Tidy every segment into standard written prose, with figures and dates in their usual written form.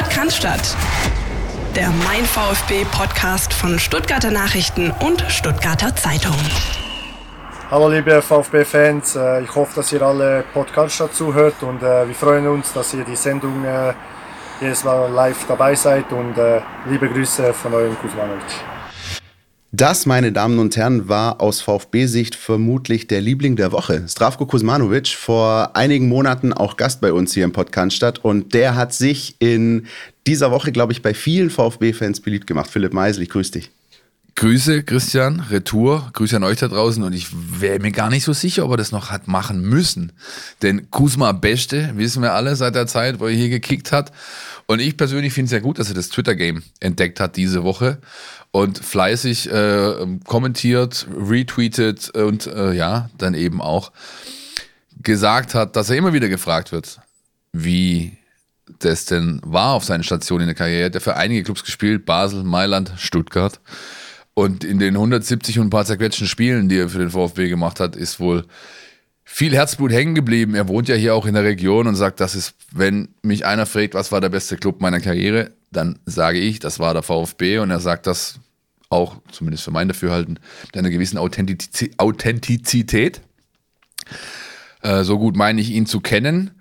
Podcast, der Mein VfB-Podcast von Stuttgarter Nachrichten und Stuttgarter Zeitung. Hallo liebe VfB-Fans, ich hoffe, dass ihr alle Podcast zuhört und wir freuen uns, dass ihr die Sendung jedes Mal live dabei seid und liebe Grüße von eurem Kuzmanovic. Das, meine Damen und Herren, war aus VfB-Sicht vermutlich der Liebling der Woche. Zdravko Kuzmanovic, vor einigen Monaten auch Gast bei uns hier im Podcast und der hat sich in dieser Woche, glaube ich, bei vielen VfB-Fans beliebt gemacht. Philipp Meisel, ich grüße dich. Grüße, Christian, Retour, Grüße an euch da draußen und ich wäre mir gar nicht so sicher, ob er das noch hat machen müssen. Denn Kuzma Beste, wissen wir alle seit der Zeit, wo er hier gekickt hat. Und ich persönlich finde es sehr gut, dass er das Twitter-Game entdeckt hat diese Woche und fleißig kommentiert, retweetet und dann eben auch gesagt hat, dass er immer wieder gefragt wird, wie das denn war auf seinen Stationen in der Karriere. Er hat ja für einige Clubs gespielt, Basel, Mailand, Stuttgart. Und in den 170 und ein paar zerquetschten Spielen, die er für den VfB gemacht hat, ist wohl viel Herzblut hängen geblieben. Er wohnt ja hier auch in der Region und sagt, das ist, wenn mich einer fragt, was war der beste Club meiner Karriere, dann sage ich, das war der VfB. Und er sagt das auch, zumindest für mein Dafürhalten, mit einer gewissen Authentizität. So gut meine ich ihn zu kennen.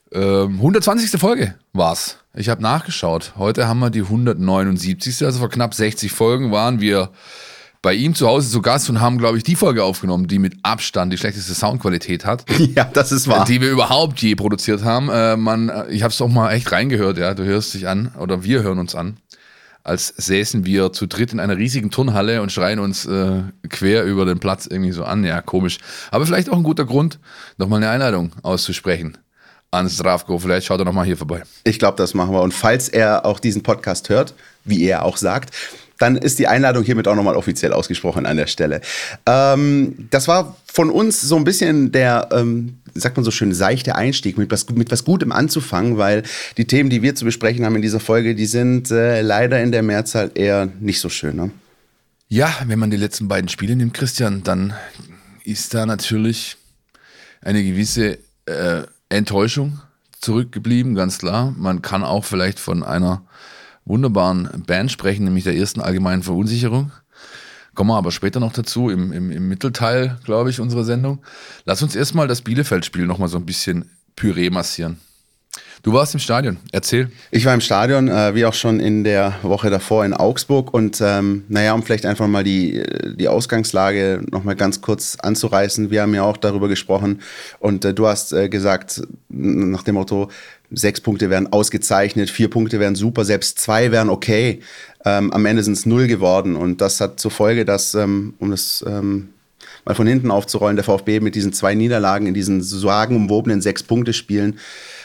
120. Folge war's. Ich habe nachgeschaut. Heute haben wir die 179. Also vor knapp 60 Folgen waren wir bei ihm zu Hause zu Gast und haben, glaube ich, die Folge aufgenommen, die mit Abstand die schlechteste Soundqualität hat. Ja, das ist wahr. Die wir überhaupt je produziert haben. Ich habe es doch mal echt reingehört, ja. Du hörst dich an, oder wir hören uns an, als säßen wir zu dritt in einer riesigen Turnhalle und schreien uns quer über den Platz irgendwie so an. Ja, komisch. Aber vielleicht auch ein guter Grund, nochmal eine Einladung auszusprechen an Zdravko. Vielleicht schaut er nochmal hier vorbei. Ich glaube, das machen wir. Und falls er auch diesen Podcast hört, wie er auch sagt, dann ist die Einladung hiermit auch nochmal offiziell ausgesprochen an der Stelle. Das war von uns so ein bisschen der, sagt man so schön, seichte Einstieg, mit was Gutem anzufangen, weil die Themen, die wir zu besprechen haben in dieser Folge, die sind leider in der Mehrzahl eher nicht so schön. Ne? Ja, wenn man die letzten beiden Spiele nimmt, Christian, dann ist da natürlich eine gewisse Enttäuschung zurückgeblieben, ganz klar. Man kann auch vielleicht von einer wunderbaren Band sprechen, nämlich der ersten allgemeinen Verunsicherung. Kommen wir aber später noch dazu, im Mittelteil, glaube ich, unserer Sendung. Lass uns erstmal das Bielefeld-Spiel nochmal so ein bisschen Püree massieren. Du warst im Stadion, erzähl. Ich war im Stadion, wie auch schon in der Woche davor in Augsburg und um vielleicht einfach mal die Ausgangslage nochmal ganz kurz anzureißen. Wir haben ja auch darüber gesprochen und du hast gesagt, nach dem Motto, 6 Punkte wären ausgezeichnet, 4 Punkte wären super, selbst 2 wären okay. Am Ende sind es 0 geworden und das hat zur Folge, dass, um das mal von hinten aufzurollen, der VfB mit diesen 2 Niederlagen in diesen sagenumwobenen 6-Punkte-Spielen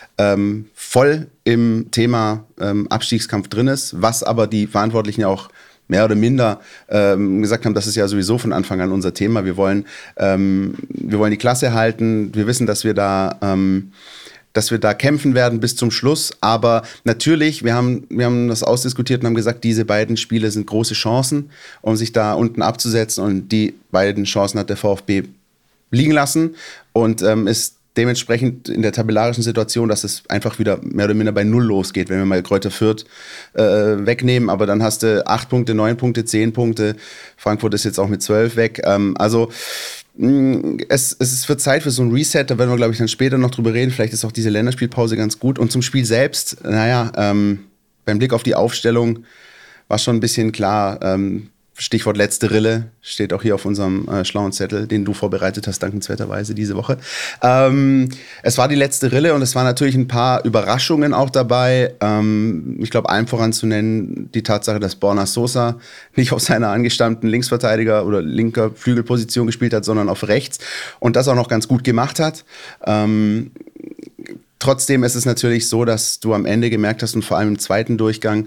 voll im Thema Abstiegskampf drin ist, was aber die Verantwortlichen ja auch mehr oder minder gesagt haben, das ist ja sowieso von Anfang an unser Thema. Wir wollen die Klasse halten. Wir wissen, dass wir da kämpfen werden bis zum Schluss. Aber natürlich, wir haben das ausdiskutiert und haben gesagt, diese beiden Spiele sind große Chancen, um sich da unten abzusetzen. Und die beiden Chancen hat der VfB liegen lassen und ist dementsprechend in der tabellarischen Situation, dass es einfach wieder mehr oder minder bei 0 losgeht, wenn wir mal Greuther Fürth wegnehmen. Aber dann hast du 8 Punkte, 9 Punkte, 10 Punkte. Frankfurt ist jetzt auch mit 12 weg. Es wird Zeit für so ein Reset. Da werden wir, glaube ich, dann später noch drüber reden. Vielleicht ist auch diese Länderspielpause ganz gut. Und zum Spiel selbst, beim Blick auf die Aufstellung war schon ein bisschen klar, Stichwort letzte Rille, steht auch hier auf unserem schlauen Zettel, den du vorbereitet hast, dankenswerterweise diese Woche. Es war die letzte Rille und es waren natürlich ein paar Überraschungen auch dabei. Ich glaube, allen voran zu nennen die Tatsache, dass Borna Sosa nicht auf seiner angestammten Linksverteidiger- oder linker Flügelposition gespielt hat, sondern auf rechts und das auch noch ganz gut gemacht hat. Trotzdem ist es natürlich so, dass du am Ende gemerkt hast und vor allem im zweiten Durchgang,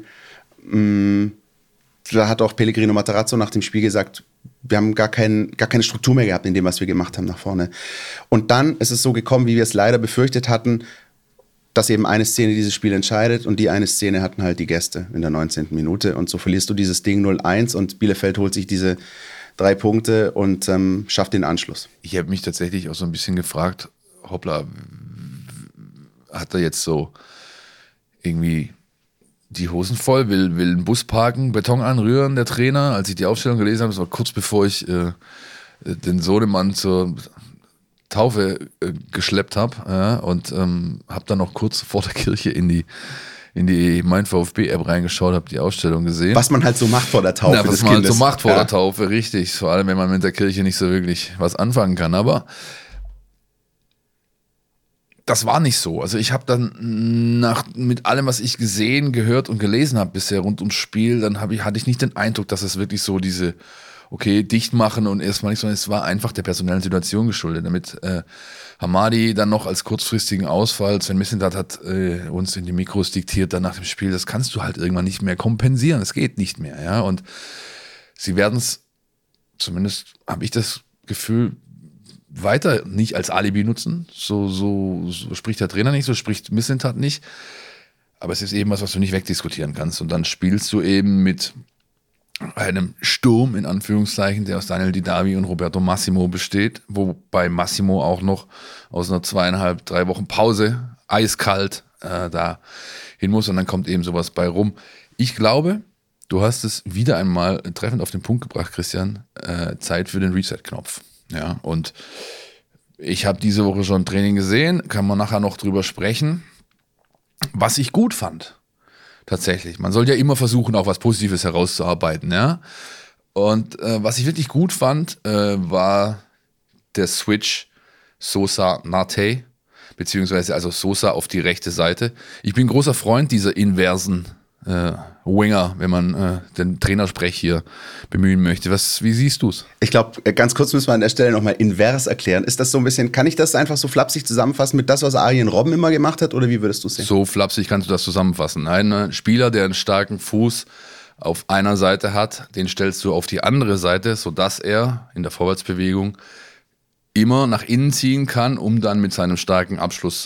da hat auch Pellegrino Matarazzo nach dem Spiel gesagt, wir haben gar keine Struktur mehr gehabt in dem, was wir gemacht haben nach vorne. Und dann ist es so gekommen, wie wir es leider befürchtet hatten, dass eben eine Szene dieses Spiel entscheidet und die eine Szene hatten halt die Gäste in der 19. Minute und so verlierst du dieses Ding 0-1 und Bielefeld holt sich diese 3 Punkte und schafft den Anschluss. Ich habe mich tatsächlich auch so ein bisschen gefragt, hoppla, hat er jetzt so irgendwie die Hosen voll, will einen Bus parken, Beton anrühren, der Trainer. Als ich die Aufstellung gelesen habe, das war kurz bevor ich den Sohnemann zur Taufe geschleppt habe und habe dann noch kurz vor der Kirche in die Mein VfB-App reingeschaut, habe die Ausstellung gesehen. Was man halt so macht vor der Taufe was man halt so macht vor der Taufe, richtig. Vor allem, wenn man mit der Kirche nicht so wirklich was anfangen kann. Aber das war nicht so. Also ich habe dann mit allem, was ich gesehen, gehört und gelesen habe bisher rund ums Spiel, dann hatte ich nicht den Eindruck, dass es wirklich so diese, okay, dicht machen und erstmal nicht, sondern es war einfach der personellen Situation geschuldet. Damit Hamadi dann noch als kurzfristigen Ausfall, Sven Mislintat hat uns in die Mikros diktiert, dann nach dem Spiel, das kannst du halt irgendwann nicht mehr kompensieren. Es geht nicht mehr, ja. Und sie werden es, zumindest habe ich das Gefühl, weiter nicht als Alibi nutzen. So spricht der Trainer nicht, so spricht Mislintat nicht. Aber es ist eben was du nicht wegdiskutieren kannst. Und dann spielst du eben mit einem Sturm, in Anführungszeichen, der aus Daniel Didavi und Roberto Massimo besteht, wobei Massimo auch noch aus einer 2,5-3 Wochen Pause eiskalt da hin muss und dann kommt eben sowas bei rum. Ich glaube, du hast es wieder einmal treffend auf den Punkt gebracht, Christian, Zeit für den Reset-Knopf. Ja, und ich habe diese Woche schon Training gesehen, kann man nachher noch drüber sprechen, was ich gut fand. Tatsächlich. Man soll ja immer versuchen, auch was Positives herauszuarbeiten, ja. Und was ich wirklich gut fand, war der Switch Sosa-Nate, beziehungsweise also Sosa auf die rechte Seite. Ich bin großer Freund dieser inversen Winger, wenn man den Trainersprech hier bemühen möchte. Wie siehst du es? Ich glaube, ganz kurz müssen wir an der Stelle nochmal invers erklären. Ist das so ein bisschen, kann ich das einfach so flapsig zusammenfassen mit das, was Arjen Robben immer gemacht hat, oder wie würdest du es sehen? So flapsig kannst du das zusammenfassen. Ein Spieler, der einen starken Fuß auf einer Seite hat, den stellst du auf die andere Seite, sodass er in der Vorwärtsbewegung immer nach innen ziehen kann, um dann mit seinem starken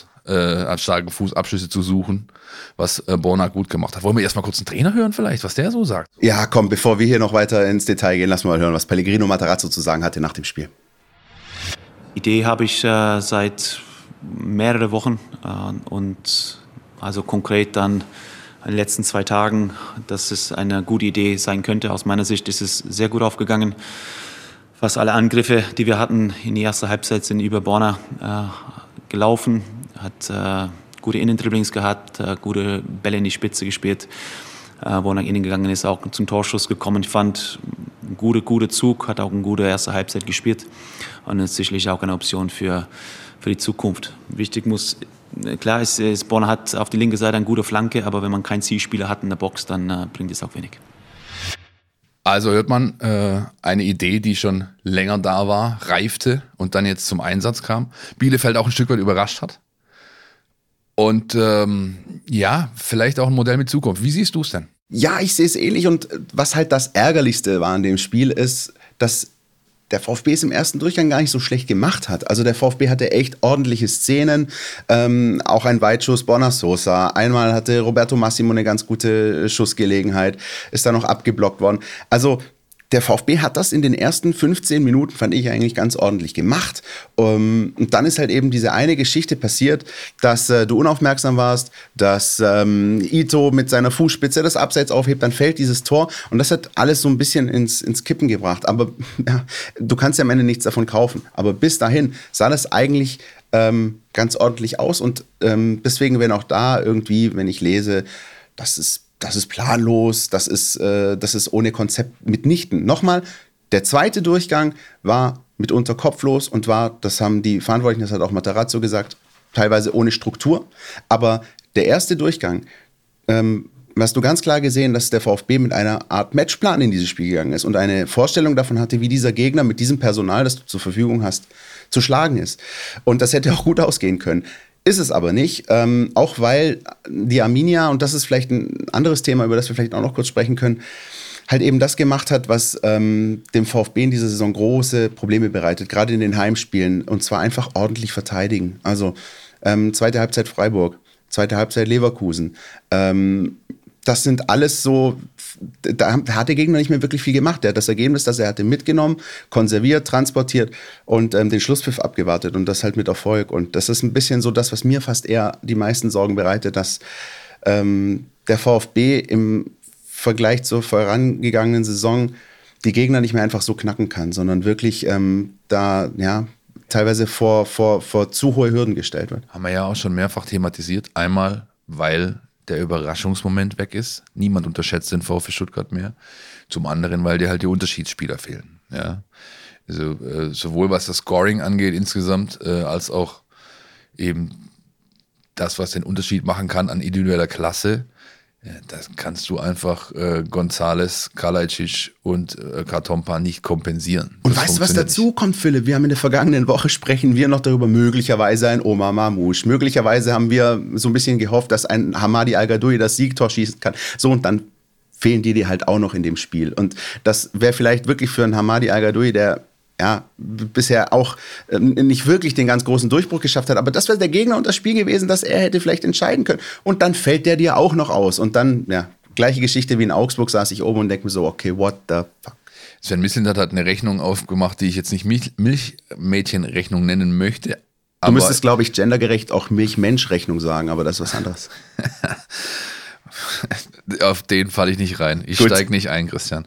Fuß Abschlüsse zu suchen, was Borna gut gemacht hat. Wollen wir erstmal kurz einen Trainer hören vielleicht, was der so sagt? Ja, komm, bevor wir hier noch weiter ins Detail gehen, lass mal hören, was Pellegrino Matarazzo zu sagen hatte nach dem Spiel. Idee habe ich seit mehreren Wochen und also konkret dann in den letzten 2 Tagen, dass es eine gute Idee sein könnte. Aus meiner Sicht ist es sehr gut aufgegangen. Fast alle Angriffe, die wir hatten in die erste Halbzeit, sind über Borna gelaufen, hat gute Innendribblings gehabt, gute Bälle in die Spitze gespielt, wo er nach innen gegangen ist, auch zum Torschuss gekommen. Ich fand, ein guter Zug, hat auch eine gute erste Halbzeit gespielt und ist sicherlich auch eine Option für die Zukunft. Wichtig klar ist, Borna hat auf die linke Seite eine gute Flanke, aber wenn man keinen Zielspieler hat in der Box, dann bringt es auch wenig. Also hört man eine Idee, die schon länger da war, reifte und dann jetzt zum Einsatz kam. Bielefeld auch ein Stück weit überrascht hat. Und vielleicht auch ein Modell mit Zukunft. Wie siehst du es denn? Ja, ich sehe es ähnlich und was halt das Ärgerlichste war an dem Spiel ist, dass der VfB es im ersten Durchgang gar nicht so schlecht gemacht hat. Also der VfB hatte echt ordentliche Szenen, auch ein Weitschuss Borna Sosa. Einmal hatte Roberto Massimo eine ganz gute Schussgelegenheit, ist dann noch abgeblockt worden. Also der VfB hat das in den ersten 15 Minuten, fand ich, eigentlich ganz ordentlich gemacht. Und dann ist halt eben diese eine Geschichte passiert, dass du unaufmerksam warst, dass Ito mit seiner Fußspitze das Abseits aufhebt, dann fällt dieses Tor. Und das hat alles so ein bisschen ins Kippen gebracht. Aber ja, du kannst ja am Ende nichts davon kaufen. Aber bis dahin sah das eigentlich ganz ordentlich aus. Und deswegen, wenn auch da irgendwie, wenn ich lese, das ist planlos, das ist ohne Konzept mitnichten. Nochmal, der zweite Durchgang war mitunter kopflos und das haben die Verantwortlichen, das hat auch Matarazzo gesagt, teilweise ohne Struktur. Aber der erste Durchgang, hast du ganz klar gesehen, dass der VfB mit einer Art Matchplan in dieses Spiel gegangen ist und eine Vorstellung davon hatte, wie dieser Gegner mit diesem Personal, das du zur Verfügung hast, zu schlagen ist. Und das hätte auch gut ausgehen können. Ist es aber nicht, auch weil die Arminia, und das ist vielleicht ein anderes Thema, über das wir vielleicht auch noch kurz sprechen können, halt eben das gemacht hat, was dem VfB in dieser Saison große Probleme bereitet, gerade in den Heimspielen, und zwar einfach ordentlich verteidigen. Also zweite Halbzeit Freiburg, zweite Halbzeit Leverkusen. Das sind alles so, da hat der Gegner nicht mehr wirklich viel gemacht. Der hat das Ergebnis, das er hatte, mitgenommen, konserviert, transportiert und den Schlusspfiff abgewartet und das halt mit Erfolg. Und das ist ein bisschen so das, was mir fast eher die meisten Sorgen bereitet, dass der VfB im Vergleich zur vorangegangenen Saison die Gegner nicht mehr einfach so knacken kann, sondern wirklich teilweise vor zu hohe Hürden gestellt wird. Haben wir ja auch schon mehrfach thematisiert. Einmal, weil der Überraschungsmoment weg ist. Niemand unterschätzt den VfB Stuttgart mehr. Zum anderen, weil dir halt die Unterschiedsspieler fehlen. Ja? Also sowohl was das Scoring angeht insgesamt, als auch eben das, was den Unterschied machen kann an individueller Klasse. Ja, das kannst du einfach González, Kalajdzic und Kartompa nicht kompensieren. Und weißt du, was dazu kommt, Philipp? Wir haben in der vergangenen Woche sprechen wir noch darüber, möglicherweise ein Omar Mamouche. Möglicherweise haben wir so ein bisschen gehofft, dass ein Hamadi Al-Gadoui das Siegtor schießen kann. So, und dann fehlen die dir halt auch noch in dem Spiel. Und das wäre vielleicht wirklich für einen Hamadi Al-Gadoui, der bisher auch nicht wirklich den ganz großen Durchbruch geschafft hat. Aber das wäre der Gegner und das Spiel gewesen, das er hätte vielleicht entscheiden können. Und dann fällt der dir auch noch aus. Und dann, gleiche Geschichte wie in Augsburg, saß ich oben und denke mir so, okay, what the fuck. Sven Mislintat hat eine Rechnung aufgemacht, die ich jetzt nicht Milchmädchenrechnung nennen möchte. Du müsstest, glaube ich, gendergerecht auch Milchmenschrechnung sagen, aber das ist was anderes. Auf den falle ich nicht rein. Ich steige nicht ein, Christian.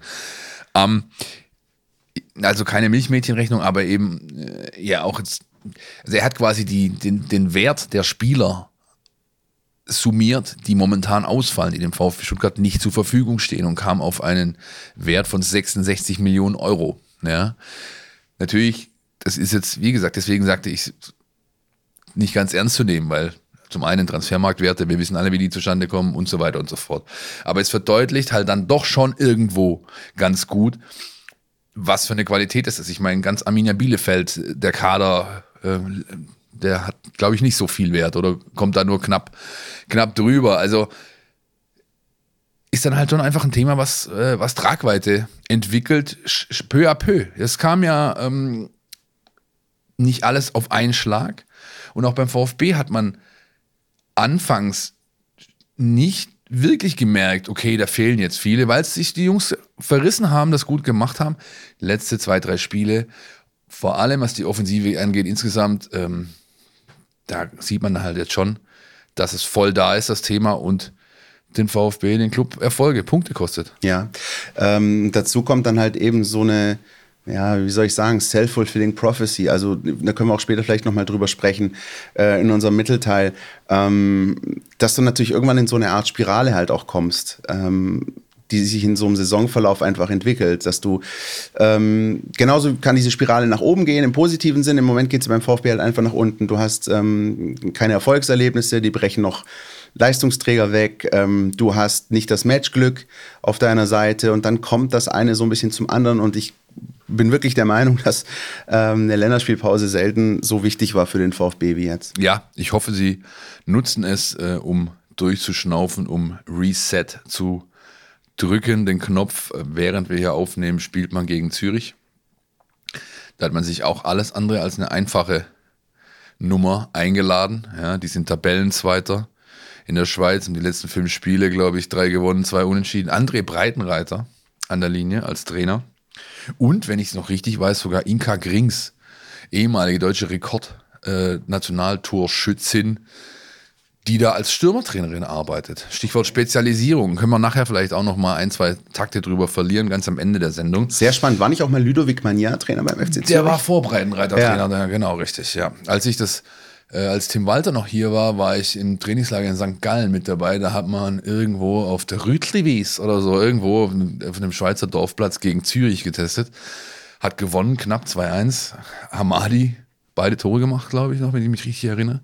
Also keine Milchmädchenrechnung, aber eben auch jetzt, also er hat quasi den Wert der Spieler summiert, die momentan ausfallen, die dem VfB Stuttgart nicht zur Verfügung stehen und kam auf einen Wert von 66 Millionen Euro. Ja. Natürlich, das ist jetzt, wie gesagt, deswegen sagte ich, nicht ganz ernst zu nehmen, weil zum einen Transfermarktwerte, wir wissen alle, wie die zustande kommen und so weiter und so fort. Aber es verdeutlicht halt dann doch schon irgendwo ganz gut, was für eine Qualität ist das. Ich meine, ganz Arminia Bielefeld, der Kader, der hat, glaube ich, nicht so viel Wert oder kommt da nur knapp drüber. Also ist dann halt schon einfach ein Thema, was Tragweite entwickelt, peu à peu. Es kam ja nicht alles auf einen Schlag. Und auch beim VfB hat man anfangs nicht wirklich gemerkt, okay, da fehlen jetzt viele, weil sich die Jungs verrissen haben, das gut gemacht haben. Letzte 2-3 Spiele, vor allem was die Offensive angeht, insgesamt, da sieht man halt jetzt schon, dass es voll da ist, das Thema, und den VfB, den Club, Erfolge, Punkte kostet. Ja, dazu kommt dann halt eben so eine, wie soll ich sagen, self-fulfilling prophecy. Also da können wir auch später vielleicht nochmal drüber sprechen, in unserem Mittelteil, dass du natürlich irgendwann in so eine Art Spirale halt auch kommst, die sich in so einem Saisonverlauf einfach entwickelt, dass du, genauso kann diese Spirale nach oben gehen, im positiven Sinn. Im Moment geht es beim VfB halt einfach nach unten. Du hast keine Erfolgserlebnisse, die brechen noch Leistungsträger weg, du hast nicht das Matchglück auf deiner Seite, und dann kommt das eine so ein bisschen zum anderen, und ich bin wirklich der Meinung, dass eine Länderspielpause selten so wichtig war für den VfB wie jetzt. Ja, ich hoffe, sie nutzen es, um durchzuschnaufen, um Reset zu drücken. Den Knopf, während wir hier aufnehmen, spielt man gegen Zürich. Da hat man sich auch alles andere als eine einfache Nummer eingeladen. Ja, die sind Tabellenzweiter in der Schweiz, haben die letzten 5 Spiele, glaube ich, 3 gewonnen, 2 unentschieden. André Breitenreiter an der Linie als Trainer. Und, wenn ich es noch richtig weiß, sogar Inka Grings, ehemalige deutsche Rekord-Nationaltorschützin, die da als Stürmertrainerin arbeitet. Stichwort Spezialisierung. Können wir nachher vielleicht auch noch mal 1-2 Takte drüber verlieren, ganz am Ende der Sendung. Sehr spannend. War nicht auch mal Ludovic Magnier Trainer beim FC Zürich? Der war Breitenreiter-Trainer, ja. Genau, richtig, ja. Als Tim Walter noch hier war ich im Trainingslager in St. Gallen mit dabei. Da hat man irgendwo auf der Rütliwies oder so, irgendwo auf einem Schweizer Dorfplatz gegen Zürich getestet. Hat gewonnen, knapp 2-1. Hamadi, beide Tore gemacht, glaube ich noch, wenn ich mich richtig erinnere.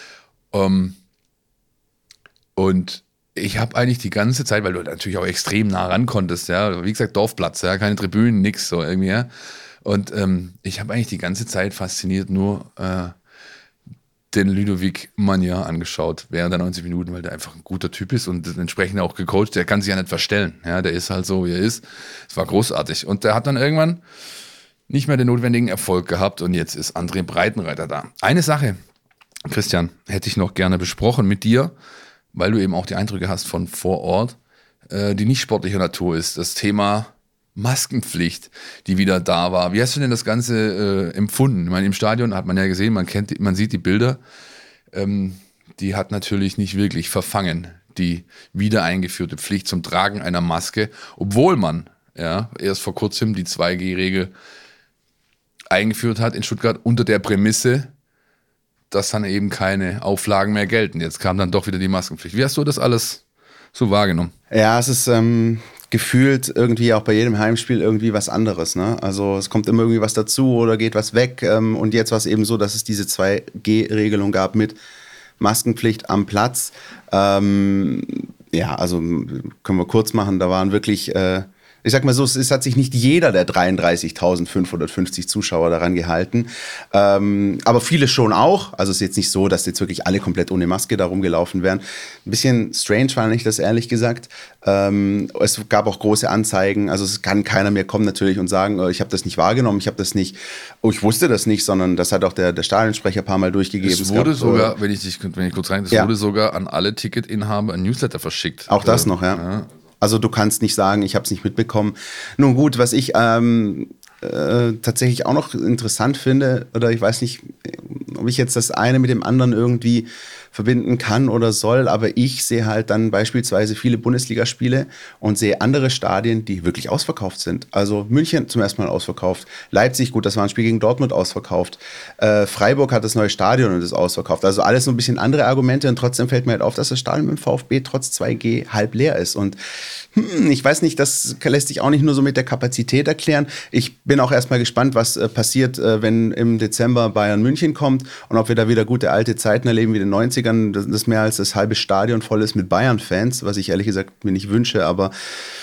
Und ich habe eigentlich die ganze Zeit, weil du natürlich auch extrem nah ran konntest, ja, wie gesagt, Dorfplatz, ja, keine Tribünen, nix so irgendwie, ja. Und ich habe eigentlich die ganze Zeit fasziniert nur den Ludovic Magnier angeschaut während der 90 Minuten, weil der einfach ein guter Typ ist und entsprechend auch gecoacht. Der kann sich ja nicht verstellen. Ja, der ist halt so, wie er ist. Es war großartig. Und der hat dann irgendwann nicht mehr den notwendigen Erfolg gehabt, und jetzt ist André Breitenreiter da. Eine Sache, Christian, hätte ich noch gerne besprochen mit dir, weil du eben auch die Eindrücke hast von vor Ort, die nicht sportlicher Natur ist. Das Thema Maskenpflicht, die wieder da war. Wie hast du denn das Ganze empfunden? Ich meine, im Stadion hat man ja gesehen, man sieht die Bilder. Die hat natürlich nicht wirklich verfangen, die wieder eingeführte Pflicht zum Tragen einer Maske, obwohl man erst vor kurzem die 2G-Regel eingeführt hat in Stuttgart unter der Prämisse, dass dann eben keine Auflagen mehr gelten. Jetzt kam dann doch wieder die Maskenpflicht. Wie hast du das alles so wahrgenommen? Ja, es ist gefühlt irgendwie auch bei jedem Heimspiel irgendwie was anderes. Ne? Also es kommt immer irgendwie was dazu oder geht was weg. Und jetzt war es eben so, dass es diese 2G-Regelung gab mit Maskenpflicht am Platz. Ja, also können wir kurz machen, da waren wirklich... ich sag mal so, es hat sich nicht jeder der 33.550 Zuschauer daran gehalten, aber viele schon auch. Also es ist jetzt nicht so, dass jetzt wirklich alle komplett ohne Maske da rumgelaufen wären. Ein bisschen strange fand ich das, ehrlich gesagt. Es gab auch große Anzeigen, also es kann keiner mehr kommen natürlich und sagen, ich habe das nicht wahrgenommen, ich habe das nicht, ich wusste das nicht, sondern das hat auch der Stadionsprecher ein paar Mal durchgegeben. Es wurde sogar, wenn ich kurz rein, wurde sogar an alle Ticketinhaber ein Newsletter verschickt. Auch das noch, ja. Also du kannst nicht sagen, ich habe es nicht mitbekommen. Nun gut, was ich tatsächlich auch noch interessant finde, oder ich weiß nicht, ob ich jetzt das eine mit dem anderen irgendwie verbinden kann oder soll, aber ich sehe halt dann beispielsweise viele Bundesligaspiele und sehe andere Stadien, die wirklich ausverkauft sind. Also München zum ersten Mal ausverkauft, Leipzig, gut, das war ein Spiel gegen Dortmund, ausverkauft, Freiburg hat das neue Stadion und ist ausverkauft. Also alles so ein bisschen andere Argumente und trotzdem fällt mir halt auf, dass das Stadion mit dem VfB trotz 2G halb leer ist und ich weiß nicht, das lässt sich auch nicht nur so mit der Kapazität erklären. Ich bin auch erstmal gespannt, was passiert, wenn im Dezember Bayern München kommt und ob wir da wieder gute alte Zeiten erleben wie in den 90ern, dass mehr als das halbe Stadion voll ist mit Bayern-Fans, was ich ehrlich gesagt mir nicht wünsche, aber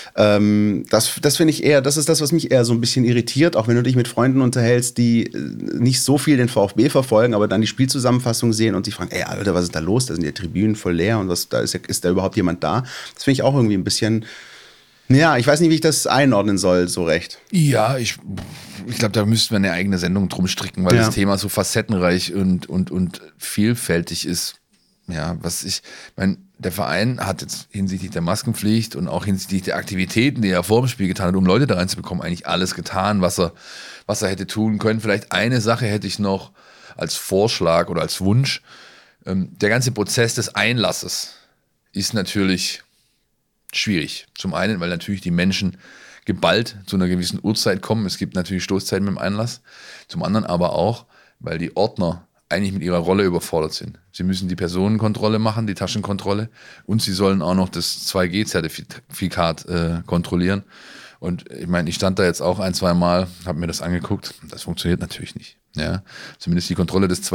das finde ich eher, das ist das, was mich eher so ein bisschen irritiert, auch wenn du dich mit Freunden unterhältst, die nicht so viel den VfB verfolgen, aber dann die Spielzusammenfassung sehen und sich fragen, ey, Alter, was ist da los? Da sind die Tribünen voll leer und ist da überhaupt jemand da? Das finde ich auch irgendwie ein bisschen, ja, ich weiß nicht, wie ich das einordnen soll, so recht. Ja, ich glaube, da müssten wir eine eigene Sendung drum stricken, weil das Thema so facettenreich und vielfältig ist. Ja, der Verein hat jetzt hinsichtlich der Maskenpflicht und auch hinsichtlich der Aktivitäten, die er vor dem Spiel getan hat, um Leute da reinzubekommen, eigentlich alles getan, was er hätte tun können. Vielleicht eine Sache hätte ich noch als Vorschlag oder als Wunsch. Der ganze Prozess des Einlasses ist natürlich schwierig. Zum einen, weil natürlich die Menschen geballt zu einer gewissen Uhrzeit kommen. Es gibt natürlich Stoßzeiten mit dem Einlass. Zum anderen aber auch, weil die Ordner eigentlich mit ihrer Rolle überfordert sind. Sie müssen die Personenkontrolle machen, die Taschenkontrolle und sie sollen auch noch das 2G-Zertifikat kontrollieren. Und ich meine, ich stand da jetzt auch 1-2 Mal, habe mir das angeguckt. Das funktioniert natürlich nicht. Ja? Zumindest die Kontrolle des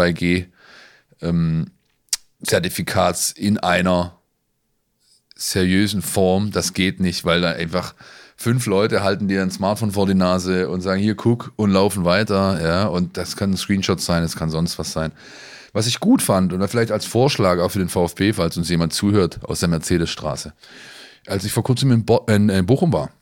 2G-Zertifikats in einer seriösen Form, das geht nicht, weil da einfach 5 Leute halten dir ein Smartphone vor die Nase und sagen, hier, guck, und laufen weiter, ja, und das kann ein Screenshot sein, das kann sonst was sein. Was ich gut fand, oder vielleicht als Vorschlag auch für den VfB, falls uns jemand zuhört aus der Mercedesstraße, als ich vor kurzem in Bochum war,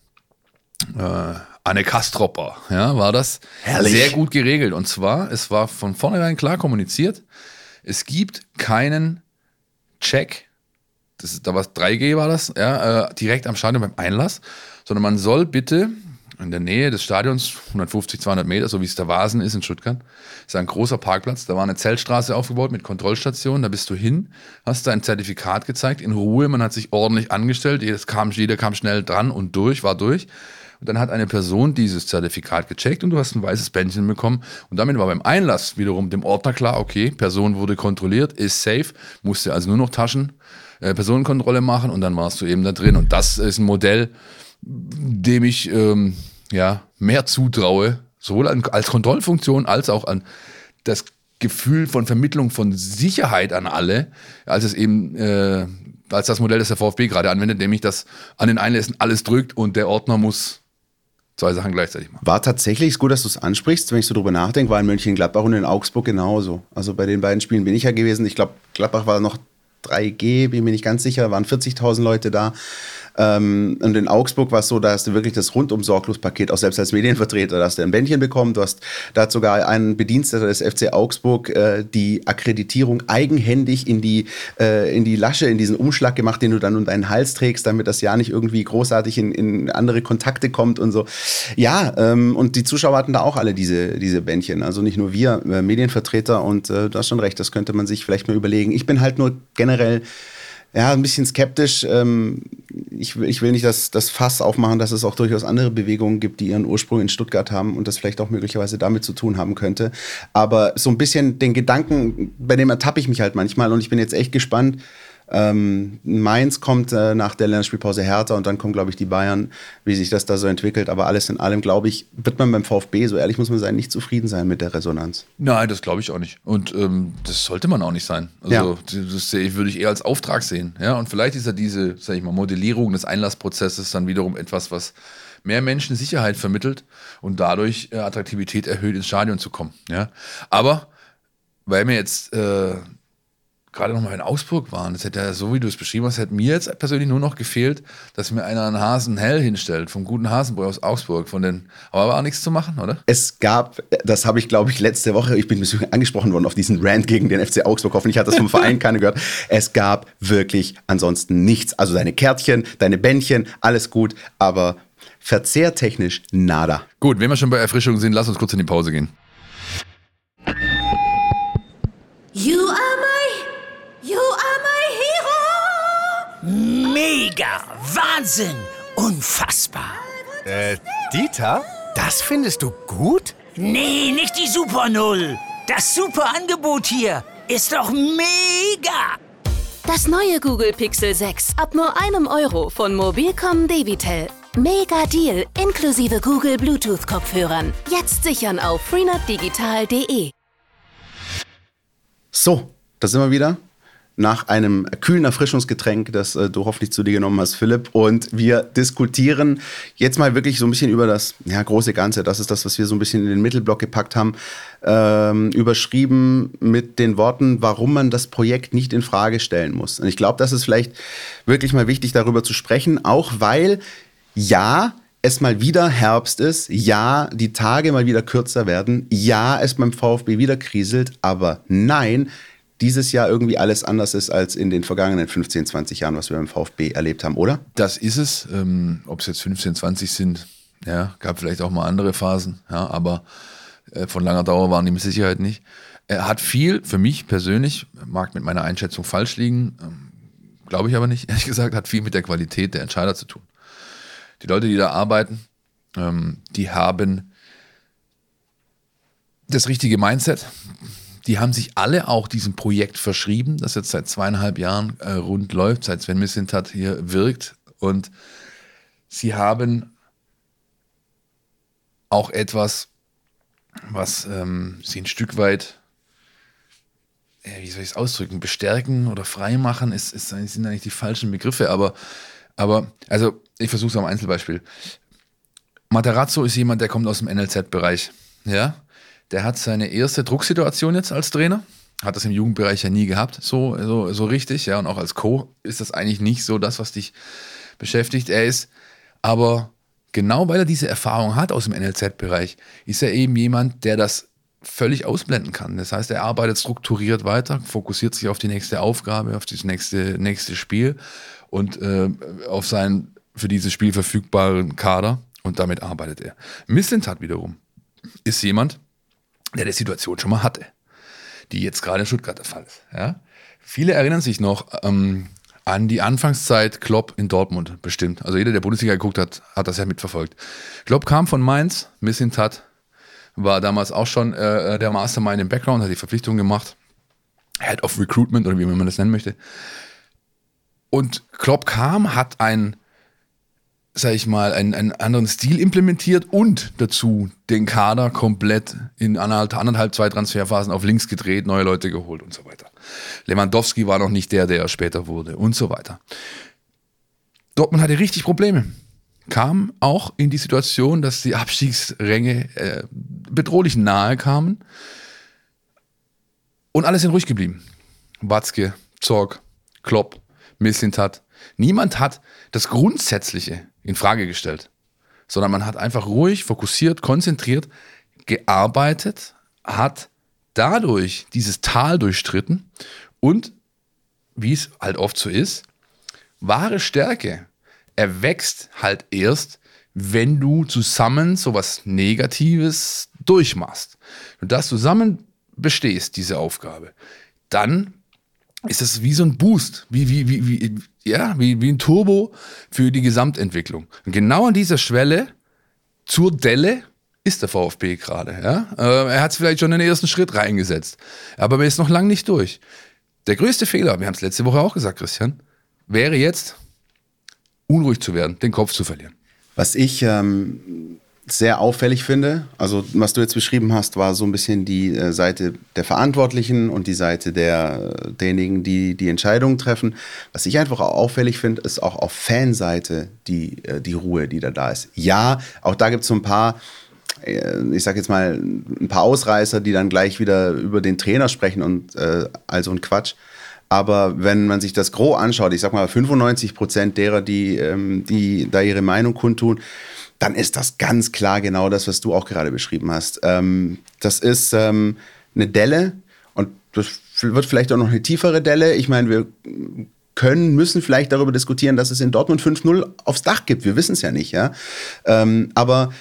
Anne Kastropper, ja, war das herrlich. Sehr gut geregelt. Und zwar, es war von vornherein klar kommuniziert, es gibt keinen Check, da war 3G war das, ja, direkt am Stadion beim Einlass, sondern man soll bitte in der Nähe des Stadions, 150, 200 Meter, so wie es der Vasen ist in Stuttgart, ist ein großer Parkplatz, da war eine Zeltstraße aufgebaut mit Kontrollstationen, da bist du hin, hast da ein Zertifikat gezeigt, in Ruhe, man hat sich ordentlich angestellt, jeder kam schnell dran und war durch. Und dann hat eine Person dieses Zertifikat gecheckt und du hast ein weißes Bändchen bekommen. Und damit war beim Einlass wiederum dem Ordner klar, okay, Person wurde kontrolliert, ist safe, musste also nur noch Personenkontrolle machen und dann warst du eben da drin. Und das ist ein Modell, dem ich mehr zutraue, sowohl als Kontrollfunktion als auch an das Gefühl von Vermittlung von Sicherheit an alle, als es eben als das Modell, das der VfB gerade anwendet, nämlich dass an den Einlässen alles drückt und der Ordner muss 2 Sachen gleichzeitig machen. War tatsächlich, ist gut, dass du es ansprichst, wenn ich so drüber nachdenke, war in Mönchengladbach und in Augsburg genauso. Also bei den beiden Spielen bin ich ja gewesen. Ich glaube, Gladbach war noch 3G, bin mir nicht ganz sicher, waren 40.000 Leute da. Und in Augsburg war es so, da hast du wirklich das Rundum-Sorglos-Paket, auch selbst als Medienvertreter, da hast du ein Bändchen bekommen, da hat sogar ein Bediensteter des FC Augsburg die Akkreditierung eigenhändig in die Lasche, in diesen Umschlag gemacht, den du dann um deinen Hals trägst, damit das ja nicht irgendwie großartig in andere Kontakte kommt und so. Ja, und die Zuschauer hatten da auch alle diese Bändchen, also nicht nur wir, Medienvertreter, und du hast schon recht, das könnte man sich vielleicht mal überlegen. Ich bin halt nur generell Ja, ein bisschen skeptisch. Ich will nicht das Fass aufmachen, dass es auch durchaus andere Bewegungen gibt, die ihren Ursprung in Stuttgart haben und das vielleicht auch möglicherweise damit zu tun haben könnte. Aber so ein bisschen den Gedanken, bei dem ertappe ich mich halt manchmal und ich bin jetzt echt gespannt. Mainz kommt nach der Länderspielpause Hertha und dann kommen, glaube ich, die Bayern, wie sich das da so entwickelt. Aber alles in allem, glaube ich, wird man beim VfB, so ehrlich muss man sein, nicht zufrieden sein mit der Resonanz. Nein, das glaube ich auch nicht. Und das sollte man auch nicht sein. Also das würde ich eher als Auftrag sehen. Ja? Und vielleicht ist ja diese, sag ich mal, Modellierung des Einlassprozesses dann wiederum etwas, was mehr Menschen Sicherheit vermittelt und dadurch Attraktivität erhöht, ins Stadion zu kommen. Ja? Aber weil mir jetzt gerade noch mal in Augsburg waren, das hätte ja, so wie du es beschrieben hast, hätte mir jetzt persönlich nur noch gefehlt, dass mir einer einen Hasenhell hinstellt, vom guten Hasenbräu aus Augsburg, aber war auch nichts zu machen, oder? Es gab, das habe ich glaube ich letzte Woche, ich bin angesprochen worden auf diesen Rant gegen den FC Augsburg, hoffentlich hat das vom Verein keiner gehört, es gab wirklich ansonsten nichts, also deine Kärtchen, deine Bändchen, alles gut, aber verzehrtechnisch nada. Gut, wenn wir schon bei Erfrischung sind, lass uns kurz in die Pause gehen. You are my hero! Mega! Wahnsinn! Unfassbar! Dieter? Das findest du gut? Nee, nicht die Super Null! Das super Angebot hier ist doch mega! Das neue Google Pixel 6 ab nur €1 von Mobilcom Debitel. Mega Deal inklusive Google Bluetooth Kopfhörern. Jetzt sichern auf freenotdigital.de. So, da sind wir wieder. Nach einem kühlen Erfrischungsgetränk, das du hoffentlich zu dir genommen hast, Philipp. Und wir diskutieren jetzt mal wirklich so ein bisschen über das große Ganze. Das ist das, was wir so ein bisschen in den Mittelblock gepackt haben. Überschrieben mit den Worten, warum man das Projekt nicht in Frage stellen muss. Und ich glaube, das ist vielleicht wirklich mal wichtig, darüber zu sprechen. Auch weil, es mal wieder Herbst ist, die Tage mal wieder kürzer werden, es beim VfB wieder kriselt, aber nein, dieses Jahr irgendwie alles anders ist als in den vergangenen 15, 20 Jahren, was wir beim VfB erlebt haben, oder? Das ist es. Ob es jetzt 15, 20 sind, gab vielleicht auch mal andere Phasen, aber von langer Dauer waren die mit Sicherheit nicht. Er hat viel, für mich persönlich, mag mit meiner Einschätzung falsch liegen, glaube ich aber nicht, ehrlich gesagt, hat viel mit der Qualität der Entscheider zu tun. Die Leute, die da arbeiten, die haben das richtige Mindset. Die haben sich alle auch diesem Projekt verschrieben, das jetzt seit 2,5 Jahren rund läuft, seit Sven Mislintat hier wirkt. Und sie haben auch etwas, was sie ein Stück weit, wie soll ich es ausdrücken, bestärken oder freimachen, sind eigentlich die falschen Begriffe, aber also ich versuche es am Einzelbeispiel. Materazzo ist jemand, der kommt aus dem NLZ-Bereich, Der hat seine erste Drucksituation jetzt als Trainer. Hat das im Jugendbereich ja nie gehabt, so richtig. Und auch als Co. ist das eigentlich nicht so das, was dich beschäftigt. Er ist aber, genau weil er diese Erfahrung hat aus dem NLZ-Bereich, ist er eben jemand, der das völlig ausblenden kann. Das heißt, er arbeitet strukturiert weiter, fokussiert sich auf die nächste Aufgabe, auf das nächste Spiel und auf seinen für dieses Spiel verfügbaren Kader. Und damit arbeitet er. Mislintat wiederum ist jemand, der die Situation schon mal hatte, die jetzt gerade in Stuttgart der Fall ist. Viele erinnern sich noch an die Anfangszeit Klopp in Dortmund bestimmt. Also jeder, der Bundesliga geguckt hat, hat das ja mitverfolgt. Klopp kam von Mainz, Mislintat war damals auch schon der Mastermind im Background, hat die Verpflichtung gemacht, Head of Recruitment oder wie man das nennen möchte. Und Klopp kam, hat einen anderen Stil implementiert und dazu den Kader komplett in anderthalb, 2 Transferphasen auf links gedreht, neue Leute geholt und so weiter. Lewandowski war noch nicht der er später wurde und so weiter. Dortmund hatte richtig Probleme. Kam auch in die Situation, dass die Abstiegsränge bedrohlich nahe kamen und alle sind ruhig geblieben. Watzke, Zorc, Klopp, Mislintat. Niemand hat das Grundsätzliche in Frage gestellt, sondern man hat einfach ruhig, fokussiert, konzentriert gearbeitet, hat dadurch dieses Tal durchstritten und, wie es halt oft so ist, wahre Stärke erwächst halt erst, wenn du zusammen sowas Negatives durchmachst. Und das zusammen bestehst, diese Aufgabe, dann ist das wie so ein Boost, wie ein Turbo für die Gesamtentwicklung. Und genau an dieser Schwelle zur Delle ist der VfB gerade. Ja? Er hat vielleicht schon den ersten Schritt reingesetzt, aber er ist noch lange nicht durch. Der größte Fehler, wir haben es letzte Woche auch gesagt, Christian, wäre jetzt unruhig zu werden, den Kopf zu verlieren. Was ich sehr auffällig finde, also was du jetzt beschrieben hast, war so ein bisschen die Seite der Verantwortlichen und die Seite derjenigen, die die Entscheidungen treffen. Was ich einfach auch auffällig finde, ist auch auf Fanseite die Ruhe, die da ist. Ja, auch da gibt es so ein paar, ich sag jetzt mal, ein paar Ausreißer, die dann gleich wieder über den Trainer sprechen und all so ein Quatsch. Aber wenn man sich das Gros anschaut, ich sag mal 95% derer, die da ihre Meinung kundtun, dann ist das ganz klar genau das, was du auch gerade beschrieben hast. Das ist eine Delle und das wird vielleicht auch noch eine tiefere Delle. Ich meine, wir müssen vielleicht darüber diskutieren, dass es in Dortmund 5-0 aufs Dach gibt. Wir wissen es ja nicht, ja. Aber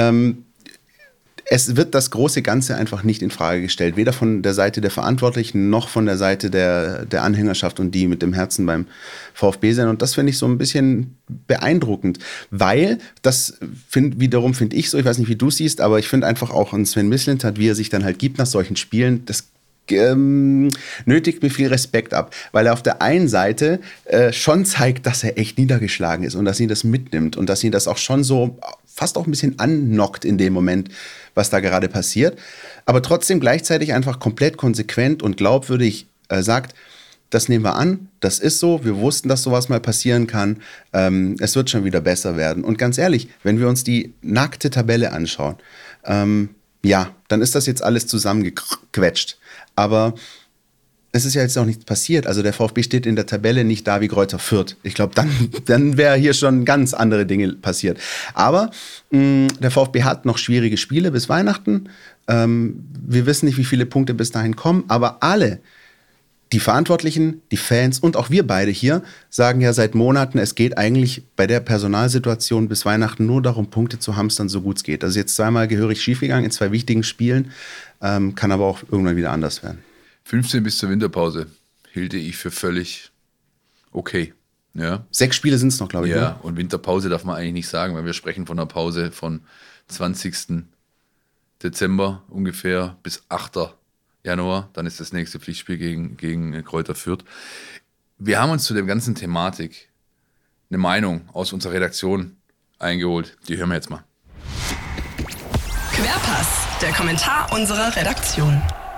es wird das große Ganze einfach nicht in Frage gestellt. Weder von der Seite der Verantwortlichen noch von der Seite der Anhängerschaft und die mit dem Herzen beim VfB sind. Und das finde ich so ein bisschen beeindruckend, weil das wiederum finde ich so, ich weiß nicht, wie du siehst, aber ich finde einfach auch an Sven Mislintat, wie er sich dann halt gibt nach solchen Spielen, das nötigt mir viel Respekt ab, weil er auf der einen Seite schon zeigt, dass er echt niedergeschlagen ist und dass ihn das mitnimmt und dass ihn das auch schon so fast auch ein bisschen annockt in dem Moment, was da gerade passiert, aber trotzdem gleichzeitig einfach komplett konsequent und glaubwürdig sagt, das nehmen wir an, das ist so, wir wussten, dass sowas mal passieren kann, es wird schon wieder besser werden. Und ganz ehrlich, wenn wir uns die nackte Tabelle anschauen, dann ist das jetzt alles zusammengequetscht. Aber es ist ja jetzt auch nichts passiert. Also der VfB steht in der Tabelle nicht da wie Greuther Fürth. Ich glaube, dann wäre hier schon ganz andere Dinge passiert. Aber der VfB hat noch schwierige Spiele bis Weihnachten. Wir wissen nicht, wie viele Punkte bis dahin kommen. Aber alle, die Verantwortlichen, die Fans und auch wir beide hier, sagen ja seit Monaten, es geht eigentlich bei der Personalsituation bis Weihnachten nur darum, Punkte zu hamstern, so gut es geht. Also jetzt zweimal gehörig schiefgegangen in 2 wichtigen Spielen, kann aber auch irgendwann wieder anders werden. 15 bis zur Winterpause hielte ich für völlig okay. Ja. 6 Spiele sind es noch, glaube ich. Ja, und Winterpause darf man eigentlich nicht sagen, weil wir sprechen von einer Pause von 20. Dezember ungefähr bis 8. Januar. Dann ist das nächste Pflichtspiel gegen Greuther Fürth. Wir haben uns zu der ganzen Thematik eine Meinung aus unserer Redaktion eingeholt. Die hören wir jetzt mal. Querpass, der Kommentar unserer Redaktion.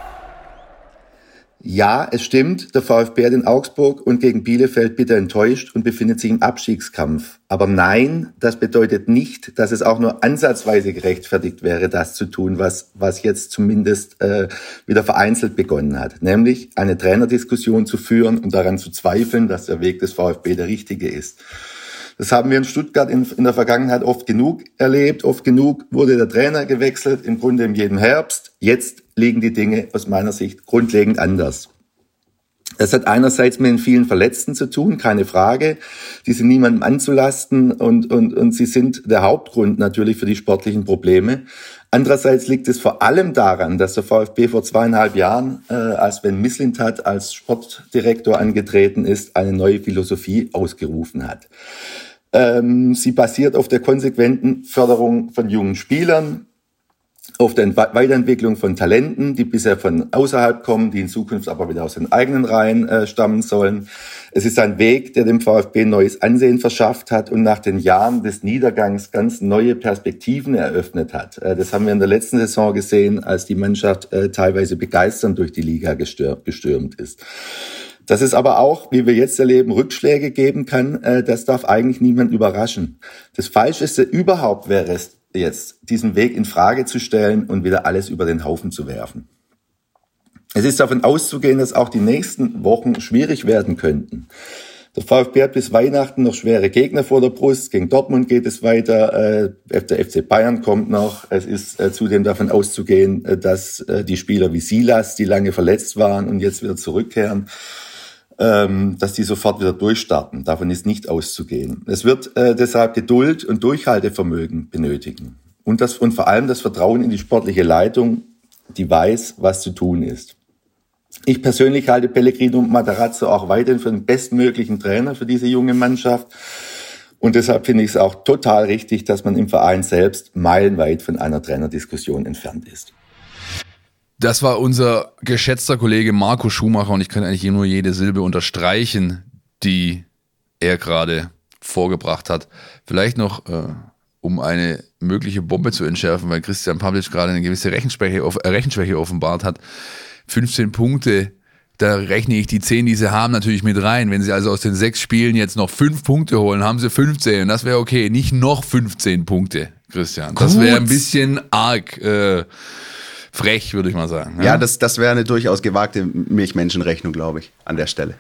Ja, es stimmt, der VfB hat in Augsburg und gegen Bielefeld bitter enttäuscht und befindet sich im Abstiegskampf. Aber nein, das bedeutet nicht, dass es auch nur ansatzweise gerechtfertigt wäre, das zu tun, was jetzt zumindest wieder vereinzelt begonnen hat. Nämlich eine Trainerdiskussion zu führen und daran zu zweifeln, dass der Weg des VfB der richtige ist. Das haben wir in Stuttgart in der Vergangenheit oft genug erlebt. Oft genug wurde der Trainer gewechselt, im Grunde in jedem Herbst. Jetzt liegen die Dinge aus meiner Sicht grundlegend anders. Es hat einerseits mit den vielen Verletzten zu tun, keine Frage. Die sind niemandem anzulasten und sie sind der Hauptgrund natürlich für die sportlichen Probleme. Andererseits liegt es vor allem daran, dass der VfB vor 2,5 Jahren, als Sven Mislintat als Sportdirektor angetreten ist, eine neue Philosophie ausgerufen hat. Sie basiert auf der konsequenten Förderung von jungen Spielern, auf der Weiterentwicklung von Talenten, die bisher von außerhalb kommen, die in Zukunft aber wieder aus den eigenen Reihen stammen sollen. Es ist ein Weg, der dem VfB neues Ansehen verschafft hat und nach den Jahren des Niedergangs ganz neue Perspektiven eröffnet hat. Das haben wir in der letzten Saison gesehen, als die Mannschaft teilweise begeisternd durch die Liga gestürmt ist. Dass es aber auch, wie wir jetzt erleben, Rückschläge geben kann, das darf eigentlich niemand überraschen. Das Falscheste überhaupt wäre es jetzt, diesen Weg in Frage zu stellen und wieder alles über den Haufen zu werfen. Es ist davon auszugehen, dass auch die nächsten Wochen schwierig werden könnten. Der VfB hat bis Weihnachten noch schwere Gegner vor der Brust. Gegen Dortmund geht es weiter. Der FC Bayern kommt noch. Es ist zudem davon auszugehen, dass die Spieler wie Silas, die lange verletzt waren und jetzt wieder zurückkehren, dass die sofort wieder durchstarten. Davon ist nicht auszugehen. Es wird deshalb Geduld und Durchhaltevermögen benötigen. Und vor allem das Vertrauen in die sportliche Leitung, die weiß, was zu tun ist. Ich persönlich halte Pellegrino Matarazzo auch weiterhin für den bestmöglichen Trainer für diese junge Mannschaft. Und deshalb finde ich es auch total richtig, dass man im Verein selbst meilenweit von einer Trainerdiskussion entfernt ist. Das war unser geschätzter Kollege Marco Schumacher und ich kann eigentlich nur jede Silbe unterstreichen, die er gerade vorgebracht hat. Vielleicht noch, um eine mögliche Bombe zu entschärfen, weil Christian Pavlic gerade eine gewisse Rechenschwäche offenbart hat. 15 Punkte, da rechne ich die 10, die sie haben, natürlich mit rein. Wenn sie also aus den 6 Spielen jetzt noch 5 Punkte holen, haben sie 15 und das wäre okay. Nicht noch 15 Punkte, Christian. Das wäre ein bisschen arg frech, würde ich mal sagen. Ja, das wäre eine durchaus gewagte Milchmenschenrechnung, glaube ich, an der Stelle.